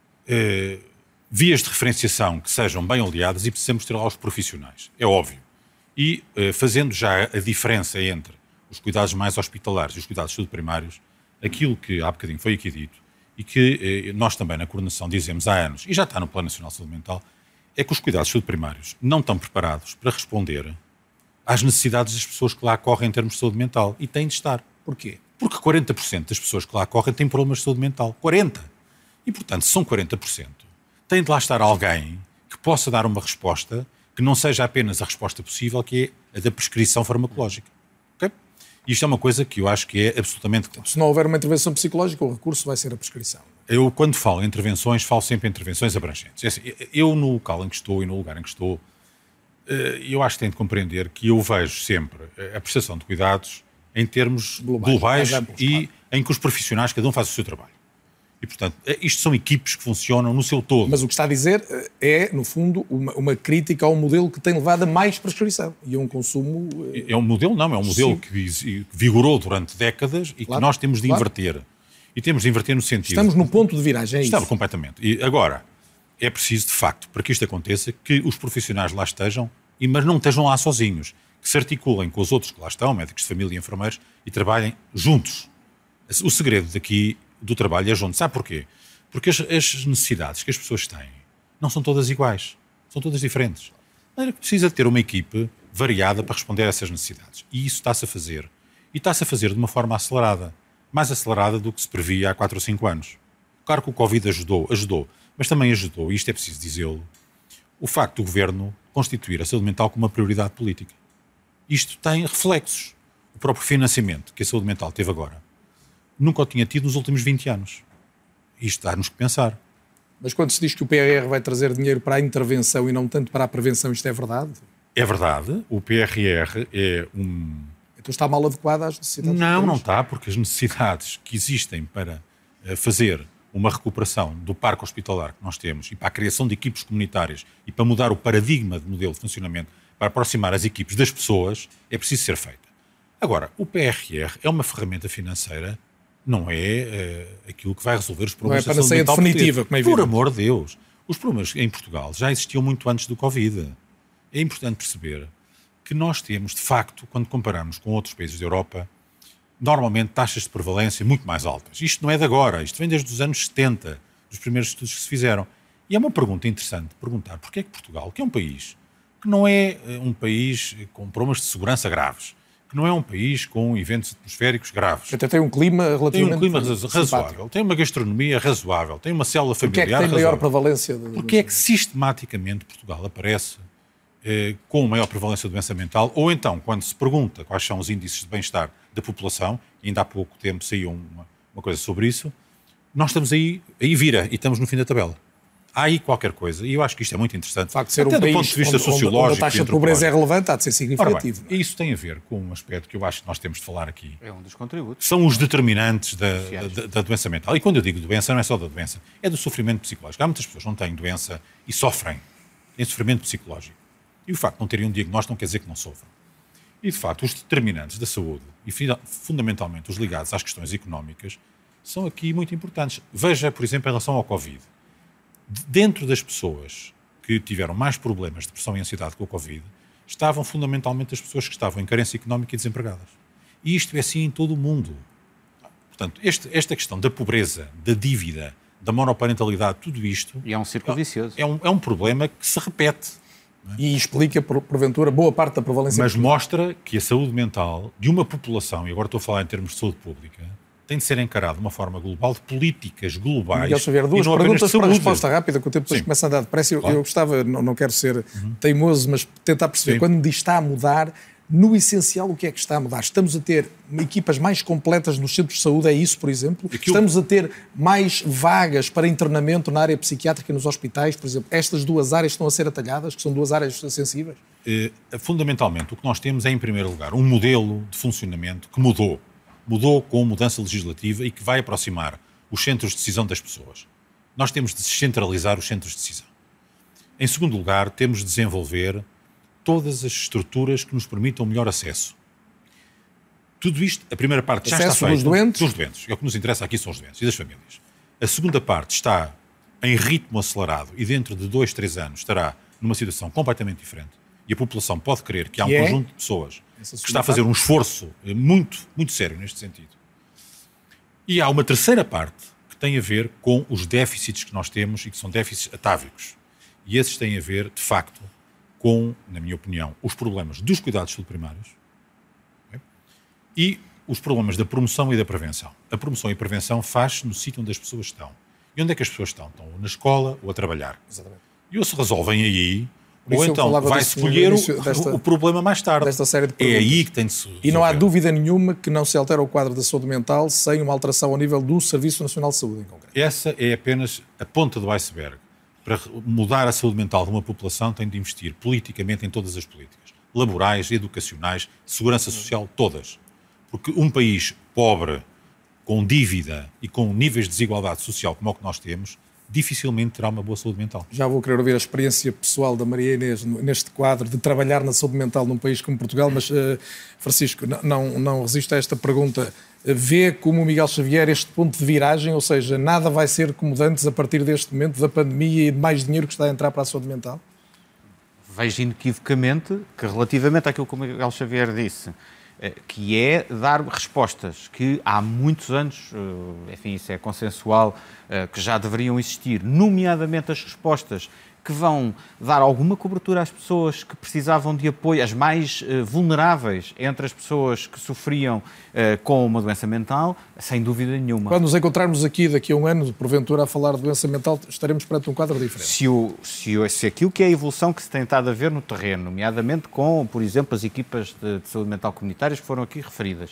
eh, vias de referenciação que sejam bem aliadas e precisamos ter lá os profissionais. É óbvio. E eh, fazendo já a diferença entre os cuidados mais hospitalares e os cuidados de saúde primários, aquilo que há bocadinho foi aqui dito e que eh, nós também na coordenação dizemos há anos, e já está no Plano Nacional de Saúde Mental, é que os cuidados de saúde primários não estão preparados para responder às necessidades das pessoas que lá correm em termos de saúde mental. E têm de estar. Porquê? Porque quarenta por cento das pessoas que lá correm têm problemas de saúde mental. quarenta por cento. E, portanto, se são quarenta por cento, tem de lá estar alguém que possa dar uma resposta que não seja apenas a resposta possível, que é a da prescrição farmacológica. Okay? E isto é uma coisa que eu acho que é absolutamente claro. Se não houver uma intervenção psicológica, o recurso vai ser a prescrição. Eu, quando falo em intervenções, falo sempre em intervenções abrangentes. É assim, eu, no local em que estou e no lugar em que estou, eu acho que tenho de compreender que eu vejo sempre a prestação de cuidados em termos globais, globais amplos, e claro. Em que os profissionais, cada um faz o seu trabalho. E, portanto, isto são equipes que funcionam no seu todo. Mas o que está a dizer é, no fundo, uma, uma crítica ao modelo que tem levado a mais prescrição e a um consumo... É um modelo, não, é um modelo Sim. que vigorou durante décadas e claro, que nós temos de claro. inverter. E temos de inverter no sentido... Estamos no ponto de viragem, é Estamos isso? completamente. E agora, é preciso, de facto, para que isto aconteça, que os profissionais lá estejam, mas não estejam lá sozinhos, que se articulem com os outros que lá estão, médicos de família e enfermeiros, e trabalhem juntos. O segredo daqui do trabalho é junto. Sabe porquê? Porque as, as necessidades que as pessoas têm não são todas iguais, são todas diferentes. É que precisa de ter uma equipe variada para responder a essas necessidades. E isso está-se a fazer. E está-se a fazer de uma forma acelerada. Mais acelerada do que se previa há quatro ou cinco anos. Claro que o Covid ajudou, ajudou, mas também ajudou, e isto é preciso dizê-lo, o facto do Governo constituir a saúde mental como uma prioridade política. Isto tem reflexos. O próprio financiamento que a saúde mental teve agora nunca o tinha tido nos últimos vinte anos. Isto dá-nos que pensar. Mas quando se diz que o P R R vai trazer dinheiro para a intervenção e não tanto para a prevenção, isto é verdade? É verdade. O P R R é um... Então está mal adequado às necessidades? Não, não está, porque as necessidades que existem para fazer uma recuperação do parque hospitalar que nós temos e para a criação de equipes comunitárias e para mudar o paradigma de modelo de funcionamento, para aproximar as equipes das pessoas, é preciso ser feita. Agora, o P R R é uma ferramenta financeira, não é uh, aquilo que vai resolver os problemas não é da saúde mental. Definitiva, como é Por amor de Deus. Os problemas em Portugal já existiam muito antes do Covid. É importante perceber que nós temos, de facto, quando comparamos com outros países da Europa, normalmente taxas de prevalência muito mais altas. Isto não é de agora, isto vem desde os anos setenta, dos primeiros estudos que se fizeram. E é uma pergunta interessante perguntar porquê é que Portugal, que é um país que não é um país com problemas de segurança graves, que não é um país com eventos atmosféricos graves. Até tem um clima relativamente Tem um clima razoável, tem uma gastronomia razoável, tem uma célula familiar razoável. Porquê é que tem maior prevalência? De... Porquê é que sistematicamente Portugal aparece eh, com maior prevalência de doença mental? Ou então, quando se pergunta quais são os índices de bem-estar da população, ainda há pouco tempo saiu uma, uma coisa sobre isso, nós estamos aí, aí vira e estamos no fim da tabela. há aí qualquer coisa, e eu acho que isto é muito interessante, de facto, ser até um do país ponto de vista onde, sociológico. onde a taxa de pobreza é relevante, há de ser significativo. Ora bem, isso tem a ver com um aspecto que eu acho que nós temos de falar aqui. É um dos contributos. São os determinantes da, da, da doença mental. E quando eu digo doença, não é só da doença, é do sofrimento psicológico. Há muitas pessoas que não têm doença e sofrem. Têm sofrimento psicológico. E o facto de não terem um diagnóstico não quer dizer que não sofram. E, de facto, os determinantes da saúde, e fundamentalmente os ligados às questões económicas, são aqui muito importantes. Veja, por exemplo, em relação ao Covid. Dentro das pessoas que tiveram mais problemas de depressão e ansiedade com o Covid, estavam fundamentalmente as pessoas que estavam em carência económica e desempregadas. E isto é assim em todo o mundo. Portanto, este, esta questão da pobreza, da dívida, da monoparentalidade, tudo isto... E é um círculo vicioso. É um, é um problema que se repete. E explica, porventura, boa parte da prevalência. Mas mostra que a saúde mental de uma população, e agora estou a falar em termos de saúde pública, tem de ser encarada de uma forma global, de políticas globais. Miguel Xavier, duas e não perguntas para a resposta rápida, que o tempo depois Sim. começa a andar depressa. Eu, Claro. eu gostava, não, não quero ser uhum. teimoso, mas tentar perceber. Sim. Quando me diz está a mudar, no essencial, o que é que está a mudar? Estamos a ter equipas mais completas nos centros de saúde, é isso, por exemplo? Aquilo... Estamos a ter mais vagas para internamento na área psiquiátrica nos hospitais, por exemplo? Estas duas áreas estão a ser atalhadas, que são duas áreas sensíveis? Eh, fundamentalmente, o que nós temos é, em primeiro lugar, um modelo de funcionamento que mudou. Mudou com mudança legislativa e que vai aproximar os centros de decisão das pessoas. Nós temos de descentralizar os centros de decisão. Em segundo lugar, temos de desenvolver todas as estruturas que nos permitam melhor acesso. Tudo isto, a primeira parte já acesso está feita. Dos doentes? Dos doentes. É o que nos interessa aqui são os doentes e das famílias. A segunda parte está em ritmo acelerado e dentro de dois, três anos estará numa situação completamente diferente. E a população pode crer que há um é? conjunto de pessoas que está a fazer um esforço muito, muito sério neste sentido. E há uma terceira parte que tem a ver com os déficits que nós temos e que são déficits atávicos. E esses têm a ver, de facto, com, na minha opinião, os problemas dos cuidados de saúde primários, okay? E os problemas da promoção e da prevenção. A promoção e a prevenção faz-se no sítio onde as pessoas estão. E onde é que as pessoas estão? Estão ou na escola ou a trabalhar. Exatamente. E ou se resolvem aí, ou Isso então vai escolher o, desta, o problema mais tarde. Desta série de é aí que tem de se resolver. E não há dúvida nenhuma que não se altera o quadro da saúde mental sem uma alteração ao nível do Serviço Nacional de Saúde, em concreto. Essa é apenas a ponta do iceberg. Para mudar a saúde mental de uma população tem de investir politicamente em todas as políticas. Laborais, educacionais, segurança social, todas. Porque um país pobre, com dívida e com níveis de desigualdade social como o que nós temos, dificilmente terá uma boa saúde mental. Já vou querer ouvir a experiência pessoal da Maria Inês neste quadro de trabalhar na saúde mental num país como Portugal, mas, uh, Francisco, não, não resisto a esta pergunta. Vê como o Miguel Xavier este ponto de viragem, ou seja, nada vai ser como antes a partir deste momento da pandemia e de mais dinheiro que está a entrar para a saúde mental? Vejo inequivocamente que, relativamente àquilo que o Miguel Xavier disse, que é dar respostas que há muitos anos, enfim, isso é consensual, que já deveriam existir, nomeadamente as respostas que vão dar alguma cobertura às pessoas que precisavam de apoio, as mais uh, vulneráveis entre as pessoas que sofriam uh, com uma doença mental, sem dúvida nenhuma. Quando nos encontrarmos aqui daqui a um ano, porventura, a falar de doença mental, estaremos perante um quadro diferente. Se, o, se, o, se aquilo que é a evolução que se tem estado a ver no terreno, nomeadamente com, por exemplo, as equipas de, de saúde mental comunitárias que foram aqui referidas,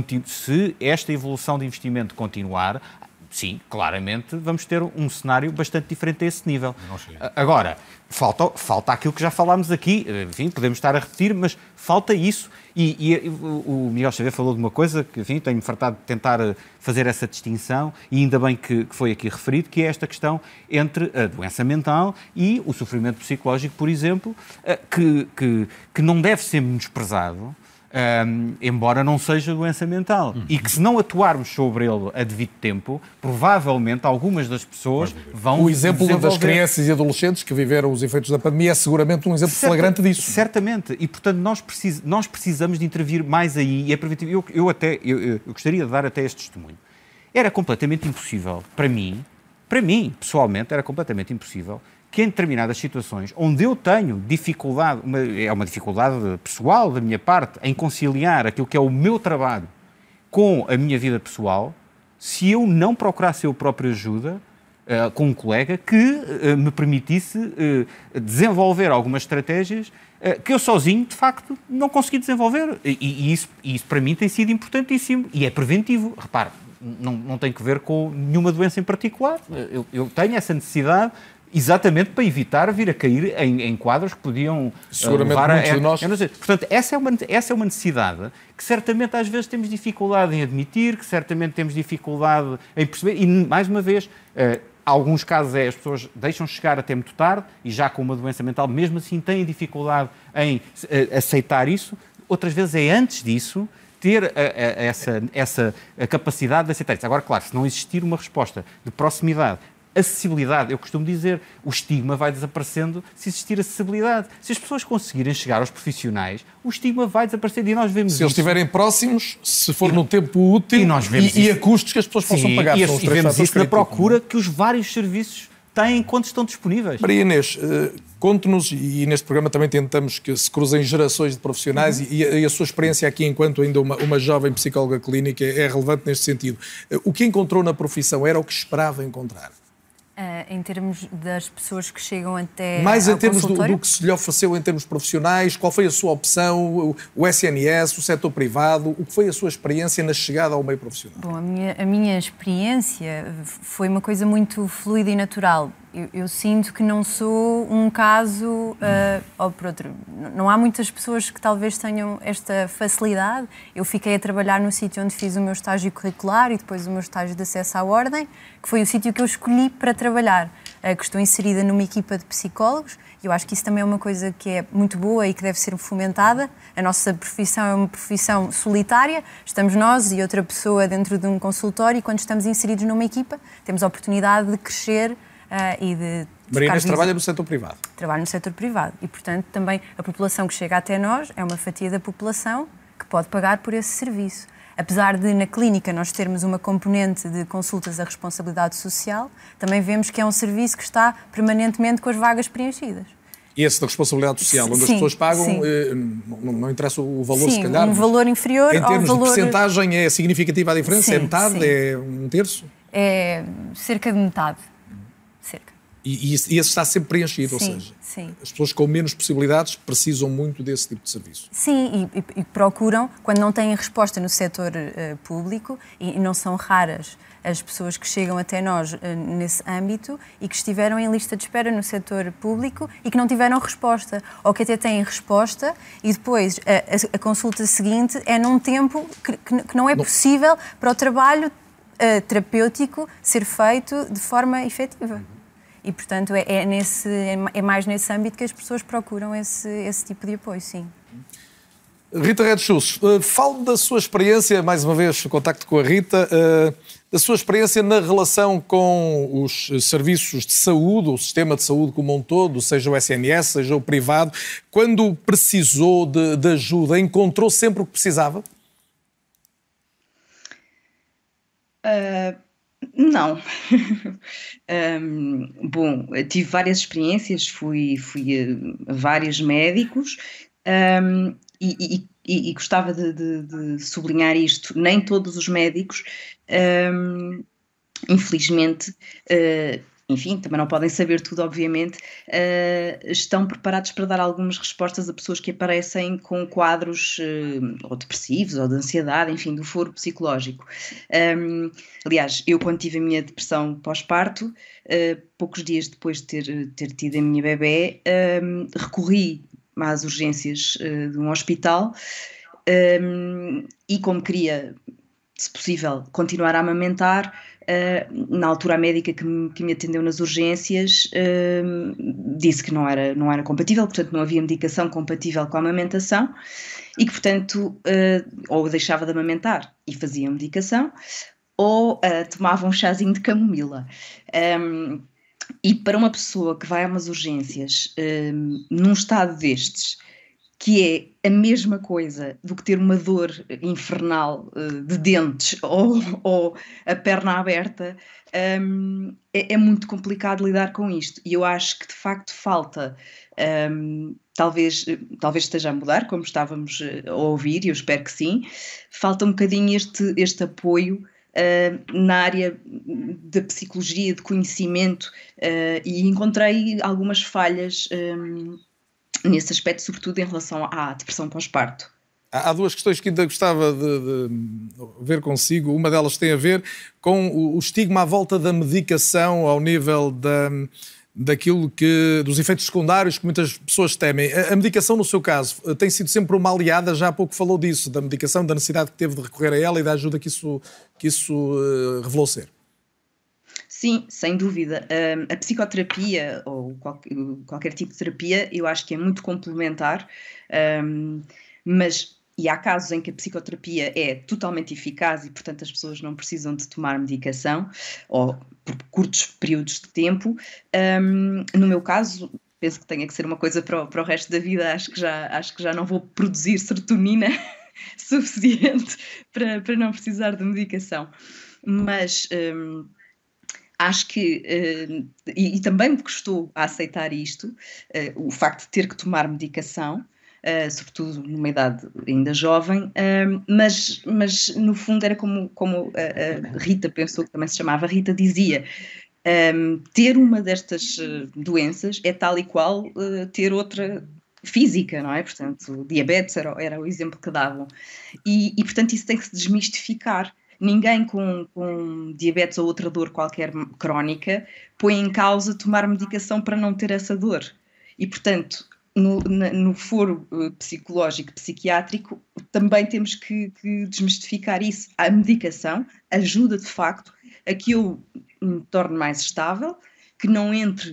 se esta evolução de investimento continuar, sim, claramente vamos ter um cenário bastante diferente a esse nível. Agora, falta, falta aquilo que já falámos aqui, enfim, podemos estar a repetir, mas falta isso. E, e o Miguel Xavier falou de uma coisa que, enfim, tenho-me fartado de tentar fazer essa distinção, e ainda bem que, que foi aqui referido, que é esta questão entre a doença mental e o sofrimento psicológico, por exemplo, que, que, que não deve ser menosprezado. Um, embora não seja doença mental. Uhum. E que se não atuarmos sobre ele a devido tempo, provavelmente algumas das pessoas vão O exemplo desenvolver... das crianças e adolescentes que viveram os efeitos da pandemia é seguramente um exemplo Certa... flagrante disso. Certamente. E, portanto, nós, precis... nós precisamos de intervir mais aí. E é preventivo. Eu, eu, até, eu, eu gostaria de dar até este testemunho. Era completamente impossível, para mim, para mim, pessoalmente, era completamente impossível que em determinadas situações onde eu tenho dificuldade, uma, é uma dificuldade pessoal da minha parte, em conciliar aquilo que é o meu trabalho com a minha vida pessoal, se eu não procurasse eu própria ajuda uh, com um colega que uh, me permitisse uh, desenvolver algumas estratégias uh, que eu sozinho, de facto, não consegui desenvolver. E, e isso, isso para mim tem sido importantíssimo e é preventivo. Repare, não, não tem que ver com nenhuma doença em particular. Eu, eu tenho essa necessidade exatamente para evitar vir a cair em, em quadros que podiam seguramente levar a... de nós. Eu não sei. Portanto, essa é, uma, essa é uma necessidade que certamente às vezes temos dificuldade em admitir, que certamente temos dificuldade em perceber, e mais uma vez, uh, alguns casos é as pessoas deixam chegar até muito tarde e já com uma doença mental, mesmo assim têm dificuldade em uh, aceitar isso. Outras vezes é antes disso ter a, a, essa, essa a capacidade de aceitar isso. Agora, claro, se não existir uma resposta de proximidade, acessibilidade, eu costumo dizer, o estigma vai desaparecendo se existir acessibilidade. Se as pessoas conseguirem chegar aos profissionais, o estigma vai desaparecer e nós vemos Se isso. eles estiverem próximos, se for e, no tempo útil e, nós vemos e, e a custos que as pessoas possam Sim, pagar. E, são os e três vemos isso na críticos, procura que os vários serviços têm quando estão disponíveis. Maria Inês, uh, conte-nos, e neste programa também tentamos que se cruzem gerações de profissionais, uhum. e, a, e a sua experiência aqui enquanto ainda uma, uma jovem psicóloga clínica é relevante neste sentido. Uh, o que encontrou na profissão era o que esperava encontrar? Uh, em termos das pessoas que chegam até Mais em ao termos do, consultório? do que se lhe ofereceu em termos profissionais, qual foi a sua opção, o, o S N S, o setor privado, o que foi a sua experiência na chegada ao meio profissional? Bom, a minha, a minha experiência foi uma coisa muito fluida e natural. Eu, eu sinto que não sou um caso, uh, ou por outro, não há muitas pessoas que talvez tenham esta facilidade. Eu fiquei a trabalhar no sítio onde fiz o meu estágio curricular e depois o meu estágio de acesso à ordem, que foi o sítio que eu escolhi para trabalhar, uh, que estou inserida numa equipa de psicólogos. Eu acho que isso também é uma coisa que é muito boa e que deve ser fomentada. A nossa profissão é uma profissão solitária. Estamos nós e outra pessoa dentro de um consultório e quando estamos inseridos numa equipa temos a oportunidade de crescer Uh, e de Maria Inês trabalha no setor privado. Trabalho no setor privado e, portanto, também a população que chega até nós é uma fatia da população que pode pagar por esse serviço. Apesar de, na clínica, nós termos uma componente de consultas à responsabilidade social, também vemos que é um serviço que está permanentemente com as vagas preenchidas. E esse da responsabilidade social, onde sim, as pessoas pagam, eh, não, não interessa o valor, sim, se calhar. um valor inferior em termos ao valor... de percentagem, é significativa a diferença? Sim, é metade? Sim. É um terço? É cerca de metade. Cerca. E, e esse está sempre preenchido, sim, ou seja, sim. as pessoas com menos possibilidades precisam muito desse tipo de serviço. Sim, e, e, e procuram, quando não têm resposta no setor uh, público, e, e não são raras as pessoas que chegam até nós uh, nesse âmbito e que estiveram em lista de espera no setor público e que não tiveram resposta, ou que até têm resposta e depois a, a, a consulta seguinte é num tempo que, que, que não é não. possível para o trabalho uh, terapêutico ser feito de forma efetiva. E, portanto, é, é, nesse, é mais nesse âmbito que as pessoas procuram esse, esse tipo de apoio, sim. Rita Redes, fale da sua experiência, mais uma vez, o contacto com a Rita, da sua experiência na relação com os serviços de saúde, o sistema de saúde como um todo, seja o S N S, seja o privado, quando precisou de, de ajuda, encontrou sempre o que precisava? Uh... Não. um, bom, tive várias experiências, fui, fui a vários médicos um, e, e, e gostava de, de, de sublinhar isto. Nem todos os médicos, um, infelizmente, uh, enfim, também não podem saber tudo, obviamente, uh, estão preparados para dar algumas respostas a pessoas que aparecem com quadros uh, ou depressivos ou de ansiedade, enfim, do foro psicológico. Um, aliás, eu quando tive a minha depressão pós-parto, uh, poucos dias depois de ter, ter tido a minha bebê, um, recorri às urgências uh, de um hospital um, e como queria, se possível, continuar a amamentar, Uh, na altura a médica que me, que me atendeu nas urgências uh, disse que não era, não era compatível, portanto não havia medicação compatível com a amamentação e que, portanto, uh, ou deixava de amamentar e fazia medicação ou uh, tomava um chazinho de camomila. Um, e para uma pessoa que vai a umas urgências um, num estado destes, que é a mesma coisa do que ter uma dor infernal uh, de dentes ou, ou a perna aberta, um, é, é muito complicado lidar com isto. E eu acho que, de facto, falta, um, talvez, talvez esteja a mudar, como estávamos a ouvir, e eu espero que sim, falta um bocadinho este, este apoio uh, na área da psicologia, de conhecimento, uh, e encontrei algumas falhas um, nesse aspecto, sobretudo em relação à depressão pós-parto. Há duas questões que ainda gostava de, de ver consigo. Uma delas tem a ver com o estigma à volta da medicação ao nível da, daquilo que, dos efeitos secundários que muitas pessoas temem. A, a medicação, no seu caso, tem sido sempre uma aliada, já há pouco falou disso, da medicação, da necessidade que teve de recorrer a ela e da ajuda que isso, que isso uh, revelou ser. Sim, sem dúvida. Um, a psicoterapia ou qualquer, qualquer tipo de terapia eu acho que é muito complementar, um, mas e há casos em que a psicoterapia é totalmente eficaz e, portanto, as pessoas não precisam de tomar medicação ou por curtos períodos de tempo. Um, no meu caso, penso que tenha que ser uma coisa para o, para o resto da vida. Acho que já, acho que já não vou produzir serotonina suficiente para, para não precisar de medicação. Mas um, acho que, uh, e, e também me custou a aceitar isto, uh, o facto de ter que tomar medicação, Uh, sobretudo numa idade ainda jovem, uh, mas, mas no fundo era como, como a, a Rita pensou, que também se chamava Rita, dizia, um, ter uma destas uh, doenças é tal e qual uh, ter outra física, não é? Portanto, diabetes era, era o exemplo que davam. E, e, portanto, isso tem que se desmistificar. Ninguém com, com diabetes ou outra dor qualquer crónica põe em causa tomar medicação para não ter essa dor. E, portanto, No, no foro uh, psicológico, psiquiátrico, também temos que, que desmistificar isso. A medicação ajuda, de facto, a que eu me torne mais estável, que não entre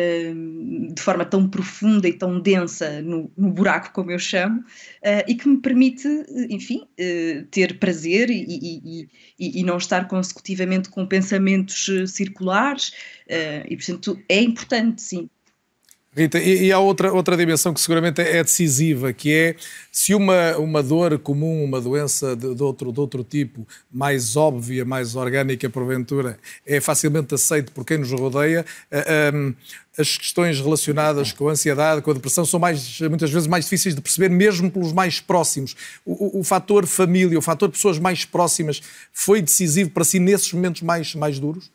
uh, de forma tão profunda e tão densa no, no buraco, como eu chamo, uh, e que me permite, enfim, uh, ter prazer e, e, e, e não estar consecutivamente com pensamentos uh, circulares. Uh, e, portanto, é importante, sim. Rita, e, e há outra, outra dimensão que seguramente é decisiva, que é se uma, uma dor comum, uma doença de, de, outro, de outro tipo, mais óbvia, mais orgânica porventura, é facilmente aceito por quem nos rodeia, um, as questões relacionadas com a ansiedade, com a depressão, são mais, muitas vezes mais difíceis de perceber, mesmo pelos mais próximos. O, o, o fator família, o fator pessoas mais próximas, foi decisivo para si nesses momentos mais, mais duros?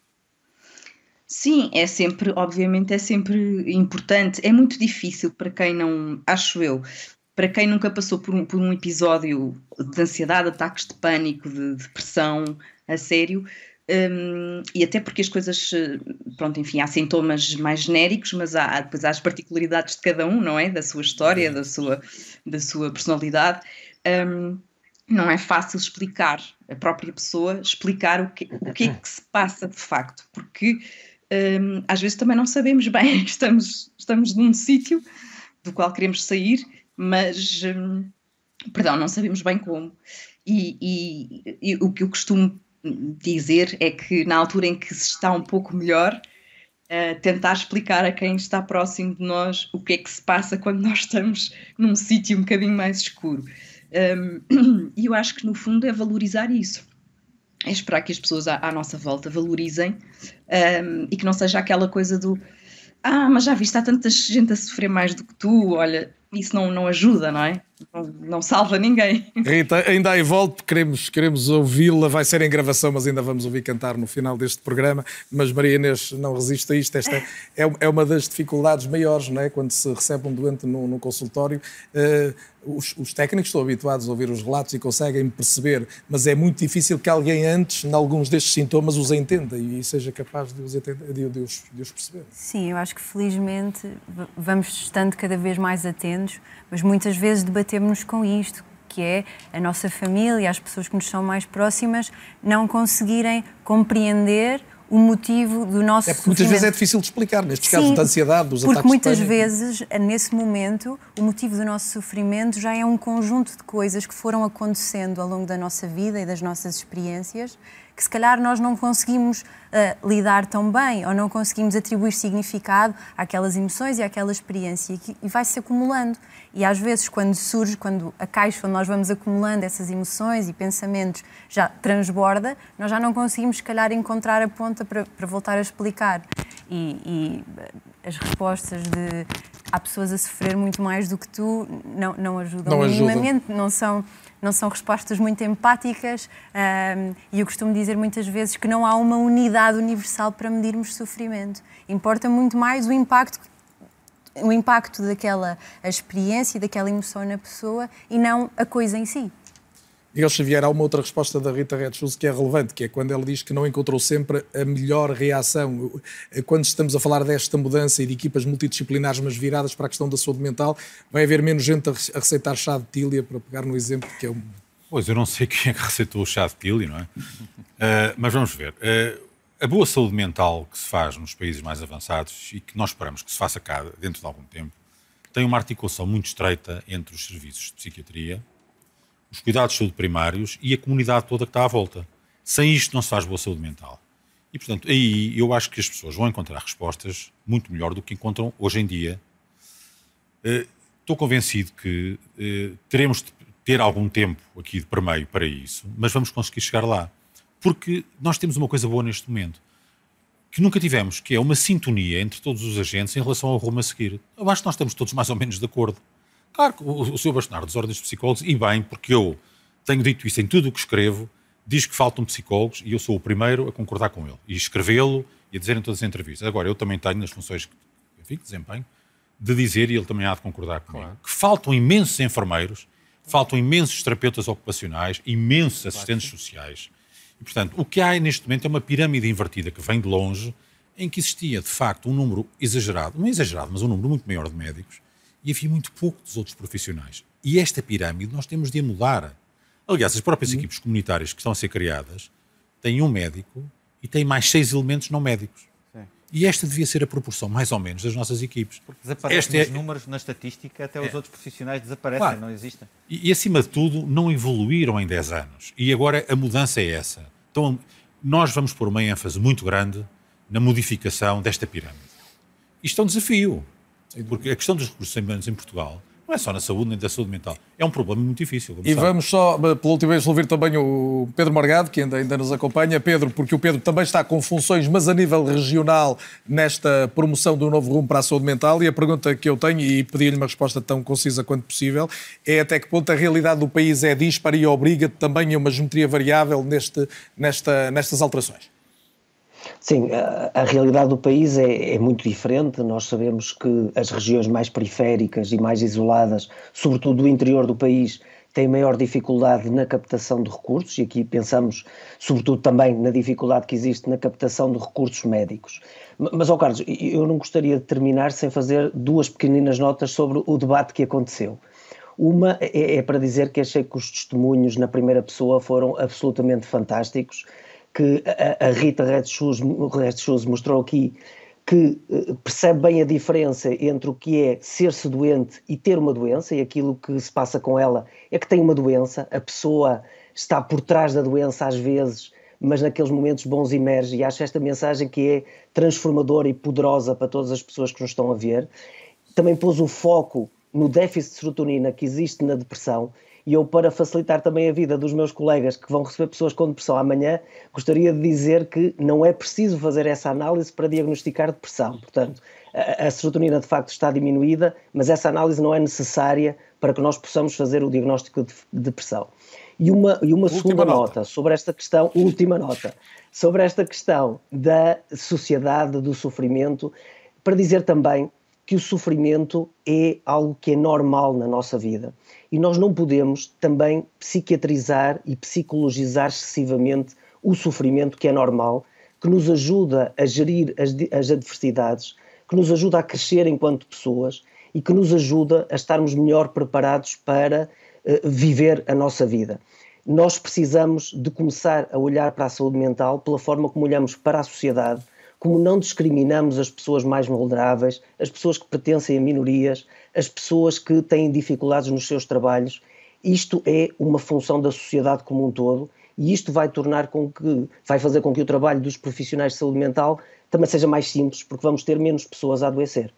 Sim, é sempre, obviamente, é sempre importante. É muito difícil para quem não, acho eu, para quem nunca passou por um, por um episódio de ansiedade, ataques de pânico, de depressão a sério, um, e até porque as coisas, pronto, enfim, há sintomas mais genéricos, mas há, depois há as particularidades de cada um, não é? Da sua história, da sua, da sua personalidade. Um, não é fácil explicar, a própria pessoa, explicar o que, o que é que se passa de facto, porque Um, às vezes também não sabemos bem, estamos, estamos num sítio do qual queremos sair, mas, um, perdão, não sabemos bem como. E, e, e o que eu costumo dizer é que na altura em que se está um pouco melhor, uh, tentar explicar a quem está próximo de nós o que é que se passa quando nós estamos num sítio um bocadinho mais escuro. Um, e eu acho que no fundo é valorizar isso. É esperar que as pessoas à, à nossa volta valorizem um, e que não seja aquela coisa do ah, mas já viste, há tanta gente a sofrer mais do que tu, olha, isso não, não ajuda, não é? Não, não salva ninguém. Rita, ainda aí volto, queremos, queremos ouvi-la, vai ser em gravação, mas ainda vamos ouvir cantar no final deste programa, mas Maria Inês não resiste a isto, esta é, é uma das dificuldades maiores, não é? Quando se recebe um doente no, no consultório, uh, os, os técnicos estão habituados a ouvir os relatos e conseguem perceber, mas é muito difícil que alguém antes, em alguns destes sintomas, os entenda e seja capaz de os, entender, de, de os, de os perceber. Sim, eu acho que felizmente vamos estando cada vez mais atentos, mas muitas vezes debatemos-nos com isto, que é a nossa família, as pessoas que nos são mais próximas, não conseguirem compreender o motivo do nosso É porque muitas vezes é difícil de explicar, nestes Sim, casos de ansiedade, dos ataques de pânico. Porque muitas vezes, nesse momento, o motivo do nosso sofrimento já é um conjunto de coisas que foram acontecendo ao longo da nossa vida e das nossas experiências, que se calhar nós não conseguimos uh, lidar tão bem ou não conseguimos atribuir significado àquelas emoções e àquela experiência e, que, e vai-se acumulando. E às vezes quando surge, quando a caixa onde nós vamos acumulando essas emoções e pensamentos já transborda, nós já não conseguimos se calhar encontrar a ponta para, para voltar a explicar. E, e as respostas de há pessoas a sofrer muito mais do que tu não, não ajudam não minimamente, ajudam. não são... Não são respostas muito empáticas um, e eu costumo dizer muitas vezes que não há uma unidade universal para medirmos sofrimento. Importa muito mais o impacto, o impacto daquela a experiência e daquela emoção na pessoa e não a coisa em si. Miguel Xavier, há uma outra resposta da Rita Red-Shoes que é relevante, que é quando ela diz que não encontrou sempre a melhor reação. Quando estamos a falar desta mudança e de equipas multidisciplinares, mas viradas para a questão da saúde mental, vai haver menos gente a receitar chá de tília, para pegar no exemplo que é um... Pois, eu não sei quem é que receitou o chá de tília, não é? uh, mas vamos ver. Uh, a boa saúde mental que se faz nos países mais avançados e que nós esperamos que se faça cá dentro de algum tempo, tem uma articulação muito estreita entre os serviços de psiquiatria, os cuidados de saúde primários e a comunidade toda que está à volta. Sem isto não se faz boa saúde mental. E, portanto, aí eu acho que as pessoas vão encontrar respostas muito melhor do que encontram hoje em dia. Uh, estou convencido que uh, teremos de ter algum tempo aqui de permeio para isso, mas vamos conseguir chegar lá. Porque nós temos uma coisa boa neste momento, que nunca tivemos, que é uma sintonia entre todos os agentes em relação ao rumo a seguir. Eu acho que nós estamos todos mais ou menos de acordo. Claro que o, o senhor Bastonar dos Ordens de Psicólogos, e bem, porque eu tenho dito isso em tudo o que escrevo, diz que faltam psicólogos e eu sou o primeiro a concordar com ele. E escrevê-lo e a dizer em todas as entrevistas. Agora, eu também tenho nas funções que, enfim, que desempenho, de dizer, e ele também há de concordar comigo, claro, que faltam imensos enfermeiros, faltam imensos terapeutas ocupacionais, imensos assistentes sociais. E, portanto, o que há neste momento é uma pirâmide invertida que vem de longe, em que existia, de facto, um número exagerado, não exagerado, mas um número muito maior de médicos, e havia muito pouco dos outros profissionais. E esta pirâmide nós temos de a mudar. Aliás, as próprias uhum. equipes comunitárias que estão a ser criadas têm um médico e têm mais seis elementos não médicos. Sim. E esta devia ser a proporção, mais ou menos, das nossas equipes. Porque desaparecem os é... números na estatística, até os é... outros profissionais desaparecem, claro, não existem. E, e, acima de tudo, não evoluíram em dez anos. E agora a mudança é essa. Então, nós vamos pôr uma ênfase muito grande na modificação desta pirâmide. Isto é um desafio. Porque a questão dos recursos humanos em Portugal não é só na saúde nem da saúde mental. É um problema muito difícil. E sabe. Vamos só, pela última vez, ouvir também o Pedro Morgado, que ainda, ainda nos acompanha. Pedro, porque o Pedro também está com funções, mas a nível regional, nesta promoção do novo rumo para a saúde mental. E a pergunta que eu tenho, e pedi-lhe uma resposta tão concisa quanto possível, é até que ponto a realidade do país é dispara e obriga também a uma geometria variável neste, nesta, nestas alterações? Sim, a, a realidade do país é, é muito diferente. Nós sabemos que as regiões mais periféricas e mais isoladas, sobretudo do interior do país, têm maior dificuldade na captação de recursos, e aqui pensamos sobretudo também na dificuldade que existe na captação de recursos médicos. Mas, ó Carlos, eu não gostaria de terminar sem fazer duas pequeninas notas sobre o debate que aconteceu. Uma é, é para dizer que achei que os testemunhos na primeira pessoa foram absolutamente fantásticos, que a Rita Red-Shoes mostrou aqui, que percebe bem a diferença entre o que é ser-se doente e ter uma doença, e aquilo que se passa com ela é que tem uma doença, a pessoa está por trás da doença às vezes, mas naqueles momentos bons emerge, e acho esta mensagem que é transformadora e poderosa para todas as pessoas que nos estão a ver. Também pôs o foco no déficit de serotonina que existe na depressão. E eu, para facilitar também a vida dos meus colegas que vão receber pessoas com depressão amanhã, gostaria de dizer que não é preciso fazer essa análise para diagnosticar depressão. Portanto, a, a serotonina de facto está diminuída, mas essa análise não é necessária para que nós possamos fazer o diagnóstico de, de depressão. E uma, e uma segunda nota. nota sobre esta questão, última nota, sobre esta questão da sociedade, do sofrimento, para dizer também que o sofrimento é algo que é normal na nossa vida. E nós não podemos também psiquiatrizar e psicologizar excessivamente o sofrimento que é normal, que nos ajuda a gerir as, as adversidades, que nos ajuda a crescer enquanto pessoas e que nos ajuda a estarmos melhor preparados para uh, viver a nossa vida. Nós precisamos de começar a olhar para a saúde mental pela forma como olhamos para a sociedade, como não discriminamos as pessoas mais vulneráveis, as pessoas que pertencem a minorias, as pessoas que têm dificuldades nos seus trabalhos. Isto é uma função da sociedade como um todo, e isto vai tornar com que, vai fazer com que o trabalho dos profissionais de saúde mental também seja mais simples, porque vamos ter menos pessoas a adoecer.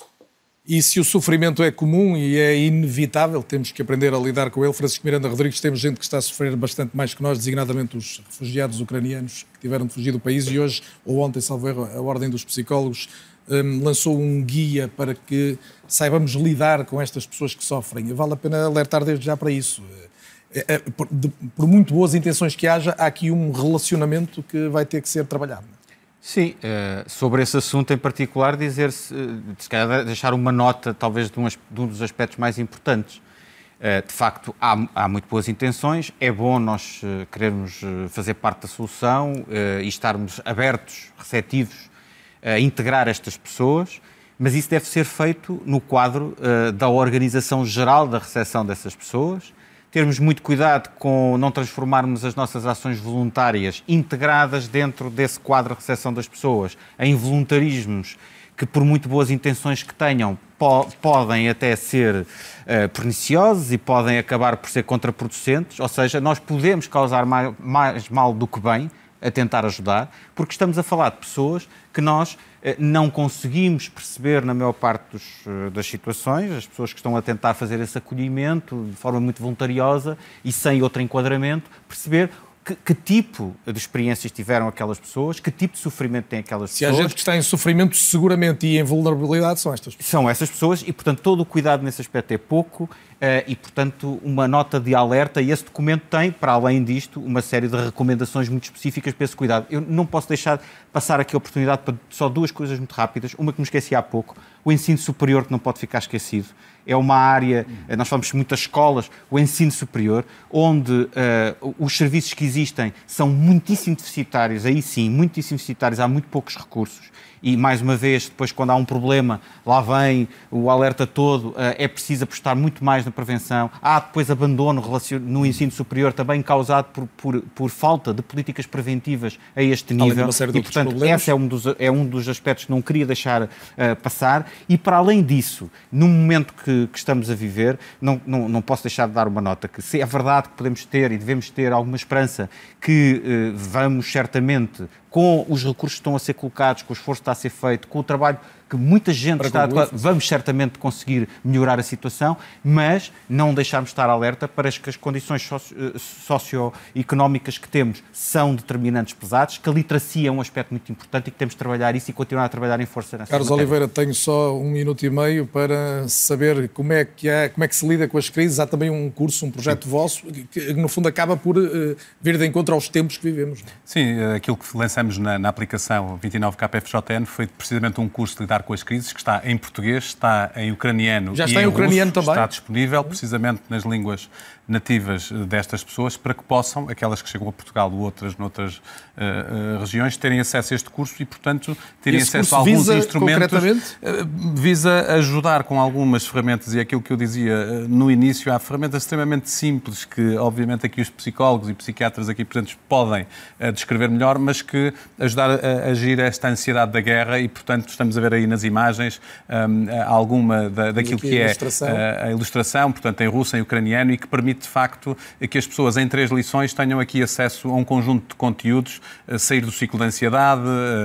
E se o sofrimento é comum e é inevitável, temos que aprender a lidar com ele. Francisco Miranda Rodrigues, temos gente que está a sofrer bastante mais que nós, designadamente os refugiados ucranianos que tiveram de fugir do país, e hoje, ou ontem, salvo erro, a Ordem dos Psicólogos um, lançou um guia para que saibamos lidar com estas pessoas que sofrem. Vale a pena alertar desde já para isso. É, é, por, de, por muito boas intenções que haja, há aqui um relacionamento que vai ter que ser trabalhado. Sim, sobre esse assunto em particular, dizer-se, se calhar deixar uma nota, talvez, de um, de um dos aspectos mais importantes. De facto, há, há muito boas intenções, é bom nós querermos fazer parte da solução e estarmos abertos, receptivos a integrar estas pessoas, mas isso deve ser feito no quadro da organização geral da recepção dessas pessoas, termos muito cuidado com não transformarmos as nossas ações voluntárias integradas dentro desse quadro de recepção das pessoas em voluntarismos que, por muito boas intenções que tenham, po podem até ser uh, perniciosos e podem acabar por ser contraproducentes, ou seja, nós podemos causar mais, mais mal do que bem a tentar ajudar, porque estamos a falar de pessoas que nós uh, não conseguimos perceber na maior parte dos, uh, das situações, as pessoas que estão a tentar fazer esse acolhimento de forma muito voluntariosa e sem outro enquadramento, perceber Que, que tipo de experiências tiveram aquelas pessoas, que tipo de sofrimento têm aquelas Se pessoas. Se há gente que está em sofrimento seguramente e em vulnerabilidade, são estas pessoas. São essas pessoas e, portanto, todo o cuidado nesse aspecto é pouco uh, e, portanto, uma nota de alerta, e esse documento tem, para além disto, uma série de recomendações muito específicas para esse cuidado. Eu não posso deixar passar aqui a oportunidade para só duas coisas muito rápidas, uma que me esqueci há pouco, o ensino superior que não pode ficar esquecido. É uma área, nós falamos de muitas escolas, o ensino superior, onde uh, os serviços que existem são muitíssimo deficitários, aí sim, muitíssimo deficitários, há muito poucos recursos. E, mais uma vez, depois, quando há um problema, lá vem o alerta todo, é preciso apostar muito mais na prevenção. Há depois abandono no ensino superior, também causado por, por, por falta de políticas preventivas a este nível. E, portanto, esse é um, dos, é um dos aspectos que não queria deixar uh, passar. E, para além disso, no momento que, que estamos a viver, não, não, não posso deixar de dar uma nota, que se é verdade que podemos ter e devemos ter alguma esperança que uh, vamos certamente, com os recursos que estão a ser colocados, com o esforço que está a ser feito, com o trabalho que muita gente Para está a concluir, vamos certamente conseguir melhorar a situação, mas não deixarmos de estar alerta para que as condições socio, socioeconómicas que temos são determinantes pesados, que a literacia é um aspecto muito importante e que temos de trabalhar isso e continuar a trabalhar em força nessa Carlos matéria. Oliveira, tenho só um minuto e meio para saber como é que, é, como é que se lida com as crises. Há também um curso, um projeto Sim. vosso, que no fundo acaba por uh, vir de encontro aos tempos que vivemos. Sim, aquilo que lançamos na, na aplicação vinte e nove K F J N foi precisamente um curso de lidar com as crises, que está em português, está em ucraniano Já e está em em ucraniano russo, também? está disponível precisamente nas línguas nativas destas pessoas, para que possam, aquelas que chegam a Portugal ou outras noutras uh, uh, regiões, terem acesso a este curso e, portanto, terem Esse acesso a alguns visa, instrumentos. Uh, visa ajudar com algumas ferramentas, e aquilo que eu dizia uh, no início, há ferramentas extremamente simples que, obviamente, aqui os psicólogos e psiquiatras aqui presentes podem uh, descrever melhor, mas que ajudar a, a agir esta ansiedade da guerra e, portanto, estamos a ver aí nas imagens um, alguma da, daquilo que é a, a ilustração, portanto, em russo, em ucraniano, e que permite, de facto, que as pessoas em três lições tenham aqui acesso a um conjunto de conteúdos, sair do ciclo da ansiedade,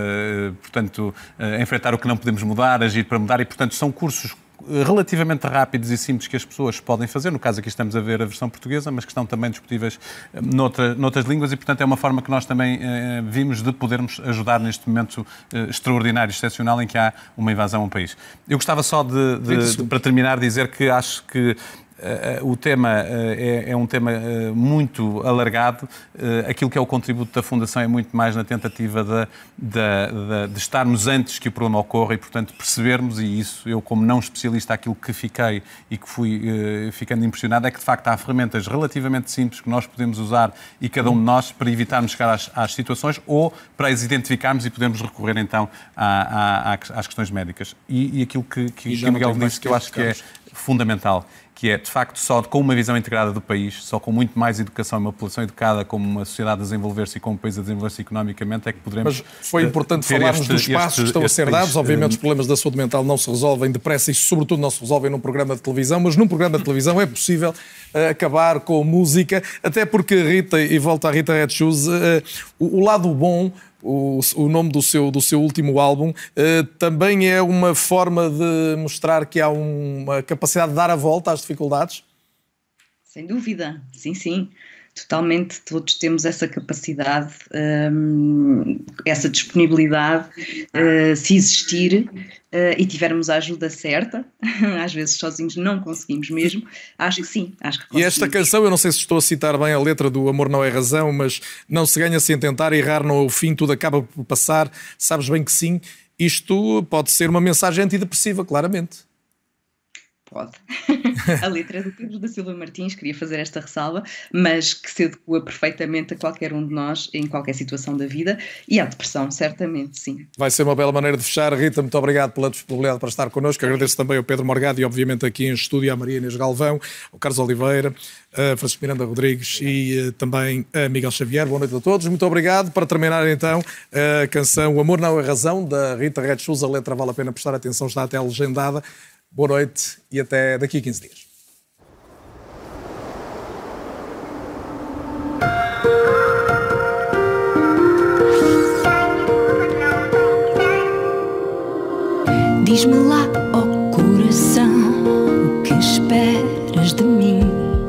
portanto, enfrentar o que não podemos mudar, agir para mudar, e, portanto, são cursos relativamente rápidos e simples que as pessoas podem fazer. No caso aqui estamos a ver a versão portuguesa, mas que estão também disponíveis noutra, noutras línguas, e, portanto, é uma forma que nós também eh, vimos de podermos ajudar neste momento eh, extraordinário, excepcional, em que há uma invasão a um país. Eu gostava só de, de, de para terminar, dizer que acho que Uh, o tema uh, é, é um tema uh, muito alargado. Uh, aquilo que é o contributo da Fundação é muito mais na tentativa de, de, de, de estarmos antes que o problema ocorra e, portanto, percebermos, e isso eu, como não especialista, aquilo que fiquei e que fui uh, ficando impressionado, é que, de facto, há ferramentas relativamente simples que nós podemos usar, e cada um de nós, para evitarmos chegar às, às situações ou para as identificarmos e podermos recorrer, então, à, à, às questões médicas. E, e aquilo que, que, que o Miguel disse, que eu acho que é fundamental, que é, de facto, só com uma visão integrada do país, só com muito mais educação e uma população educada, como uma sociedade a desenvolver-se e como um país a desenvolver-se economicamente, é que poderemos... Mas foi importante falarmos este, dos passos este, que estão a ser dados. Obviamente, os problemas da saúde mental não se resolvem depressa e, sobretudo, não se resolvem num programa de televisão, mas num programa de televisão é possível uh, acabar com música, até porque, Rita, e volta a Rita Red Shoes, uh, o, o lado bom... O, o nome do seu, do seu último álbum, uh, também é uma forma de mostrar que há uma capacidade de dar a volta às dificuldades? Sem dúvida, sim, sim. Totalmente, todos temos essa capacidade, um, essa disponibilidade, uh, se existir uh, e tivermos a ajuda certa, às vezes sozinhos não conseguimos mesmo, acho que sim, acho que conseguimos. E esta canção, eu não sei se estou a citar bem a letra do Amor Não É Razão, mas não se ganha sem tentar, errar não é o fim, tudo acaba por passar, sabes bem que sim. Isto pode ser uma mensagem antidepressiva, claramente. Pode. A letra é do Pedro da Silva Martins, queria fazer esta ressalva, mas que se adequa perfeitamente a qualquer um de nós, em qualquer situação da vida, e à depressão, certamente, sim. Vai ser uma bela maneira de fechar. Rita, muito obrigado pela disponibilidade para estar connosco. Agradeço também ao Pedro Morgado e, obviamente, aqui em estúdio, à Maria Inês Galvão, ao Carlos Oliveira, a Francisco Miranda Rodrigues e uh, também a Miguel Xavier. Boa noite a todos. Muito obrigado. Para terminar, então, a canção O Amor Não é Razão, da Rita Red Shoes. A letra vale a pena prestar atenção, está até legendada. Boa noite e até daqui a quinze dias. Diz-me lá, ó coração, o que esperas de mim?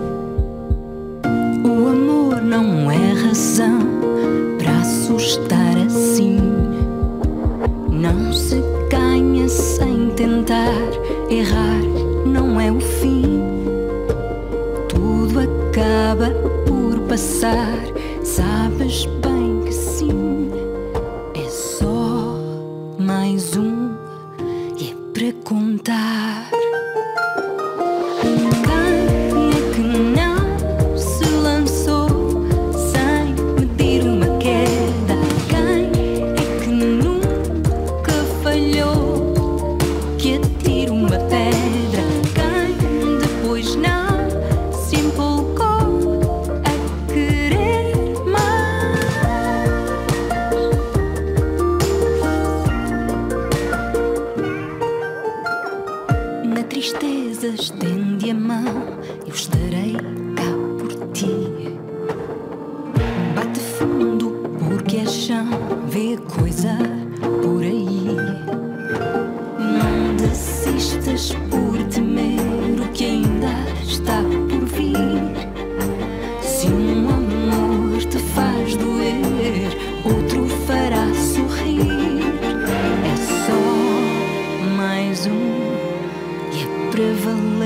O amor não é razão para assustar assim. Não se ganha sem tentar. Errar não é o fim. Tudo acaba por passar. Sabes bem que sim. É só mais um e é para contar. Quem é que não se lançou sem medir uma queda? Quem é que nunca falhou que atira uma pedra? Quem depois não se empolgou a querer mais? Na tristeza estende a mão, eu estarei cá por ti. Bate fundo porque é chão, vê coisa por aí. Não desistas por temer o que ainda está por vir. Se um amor te faz doer, outro fará sorrir. É só mais um e é para valer.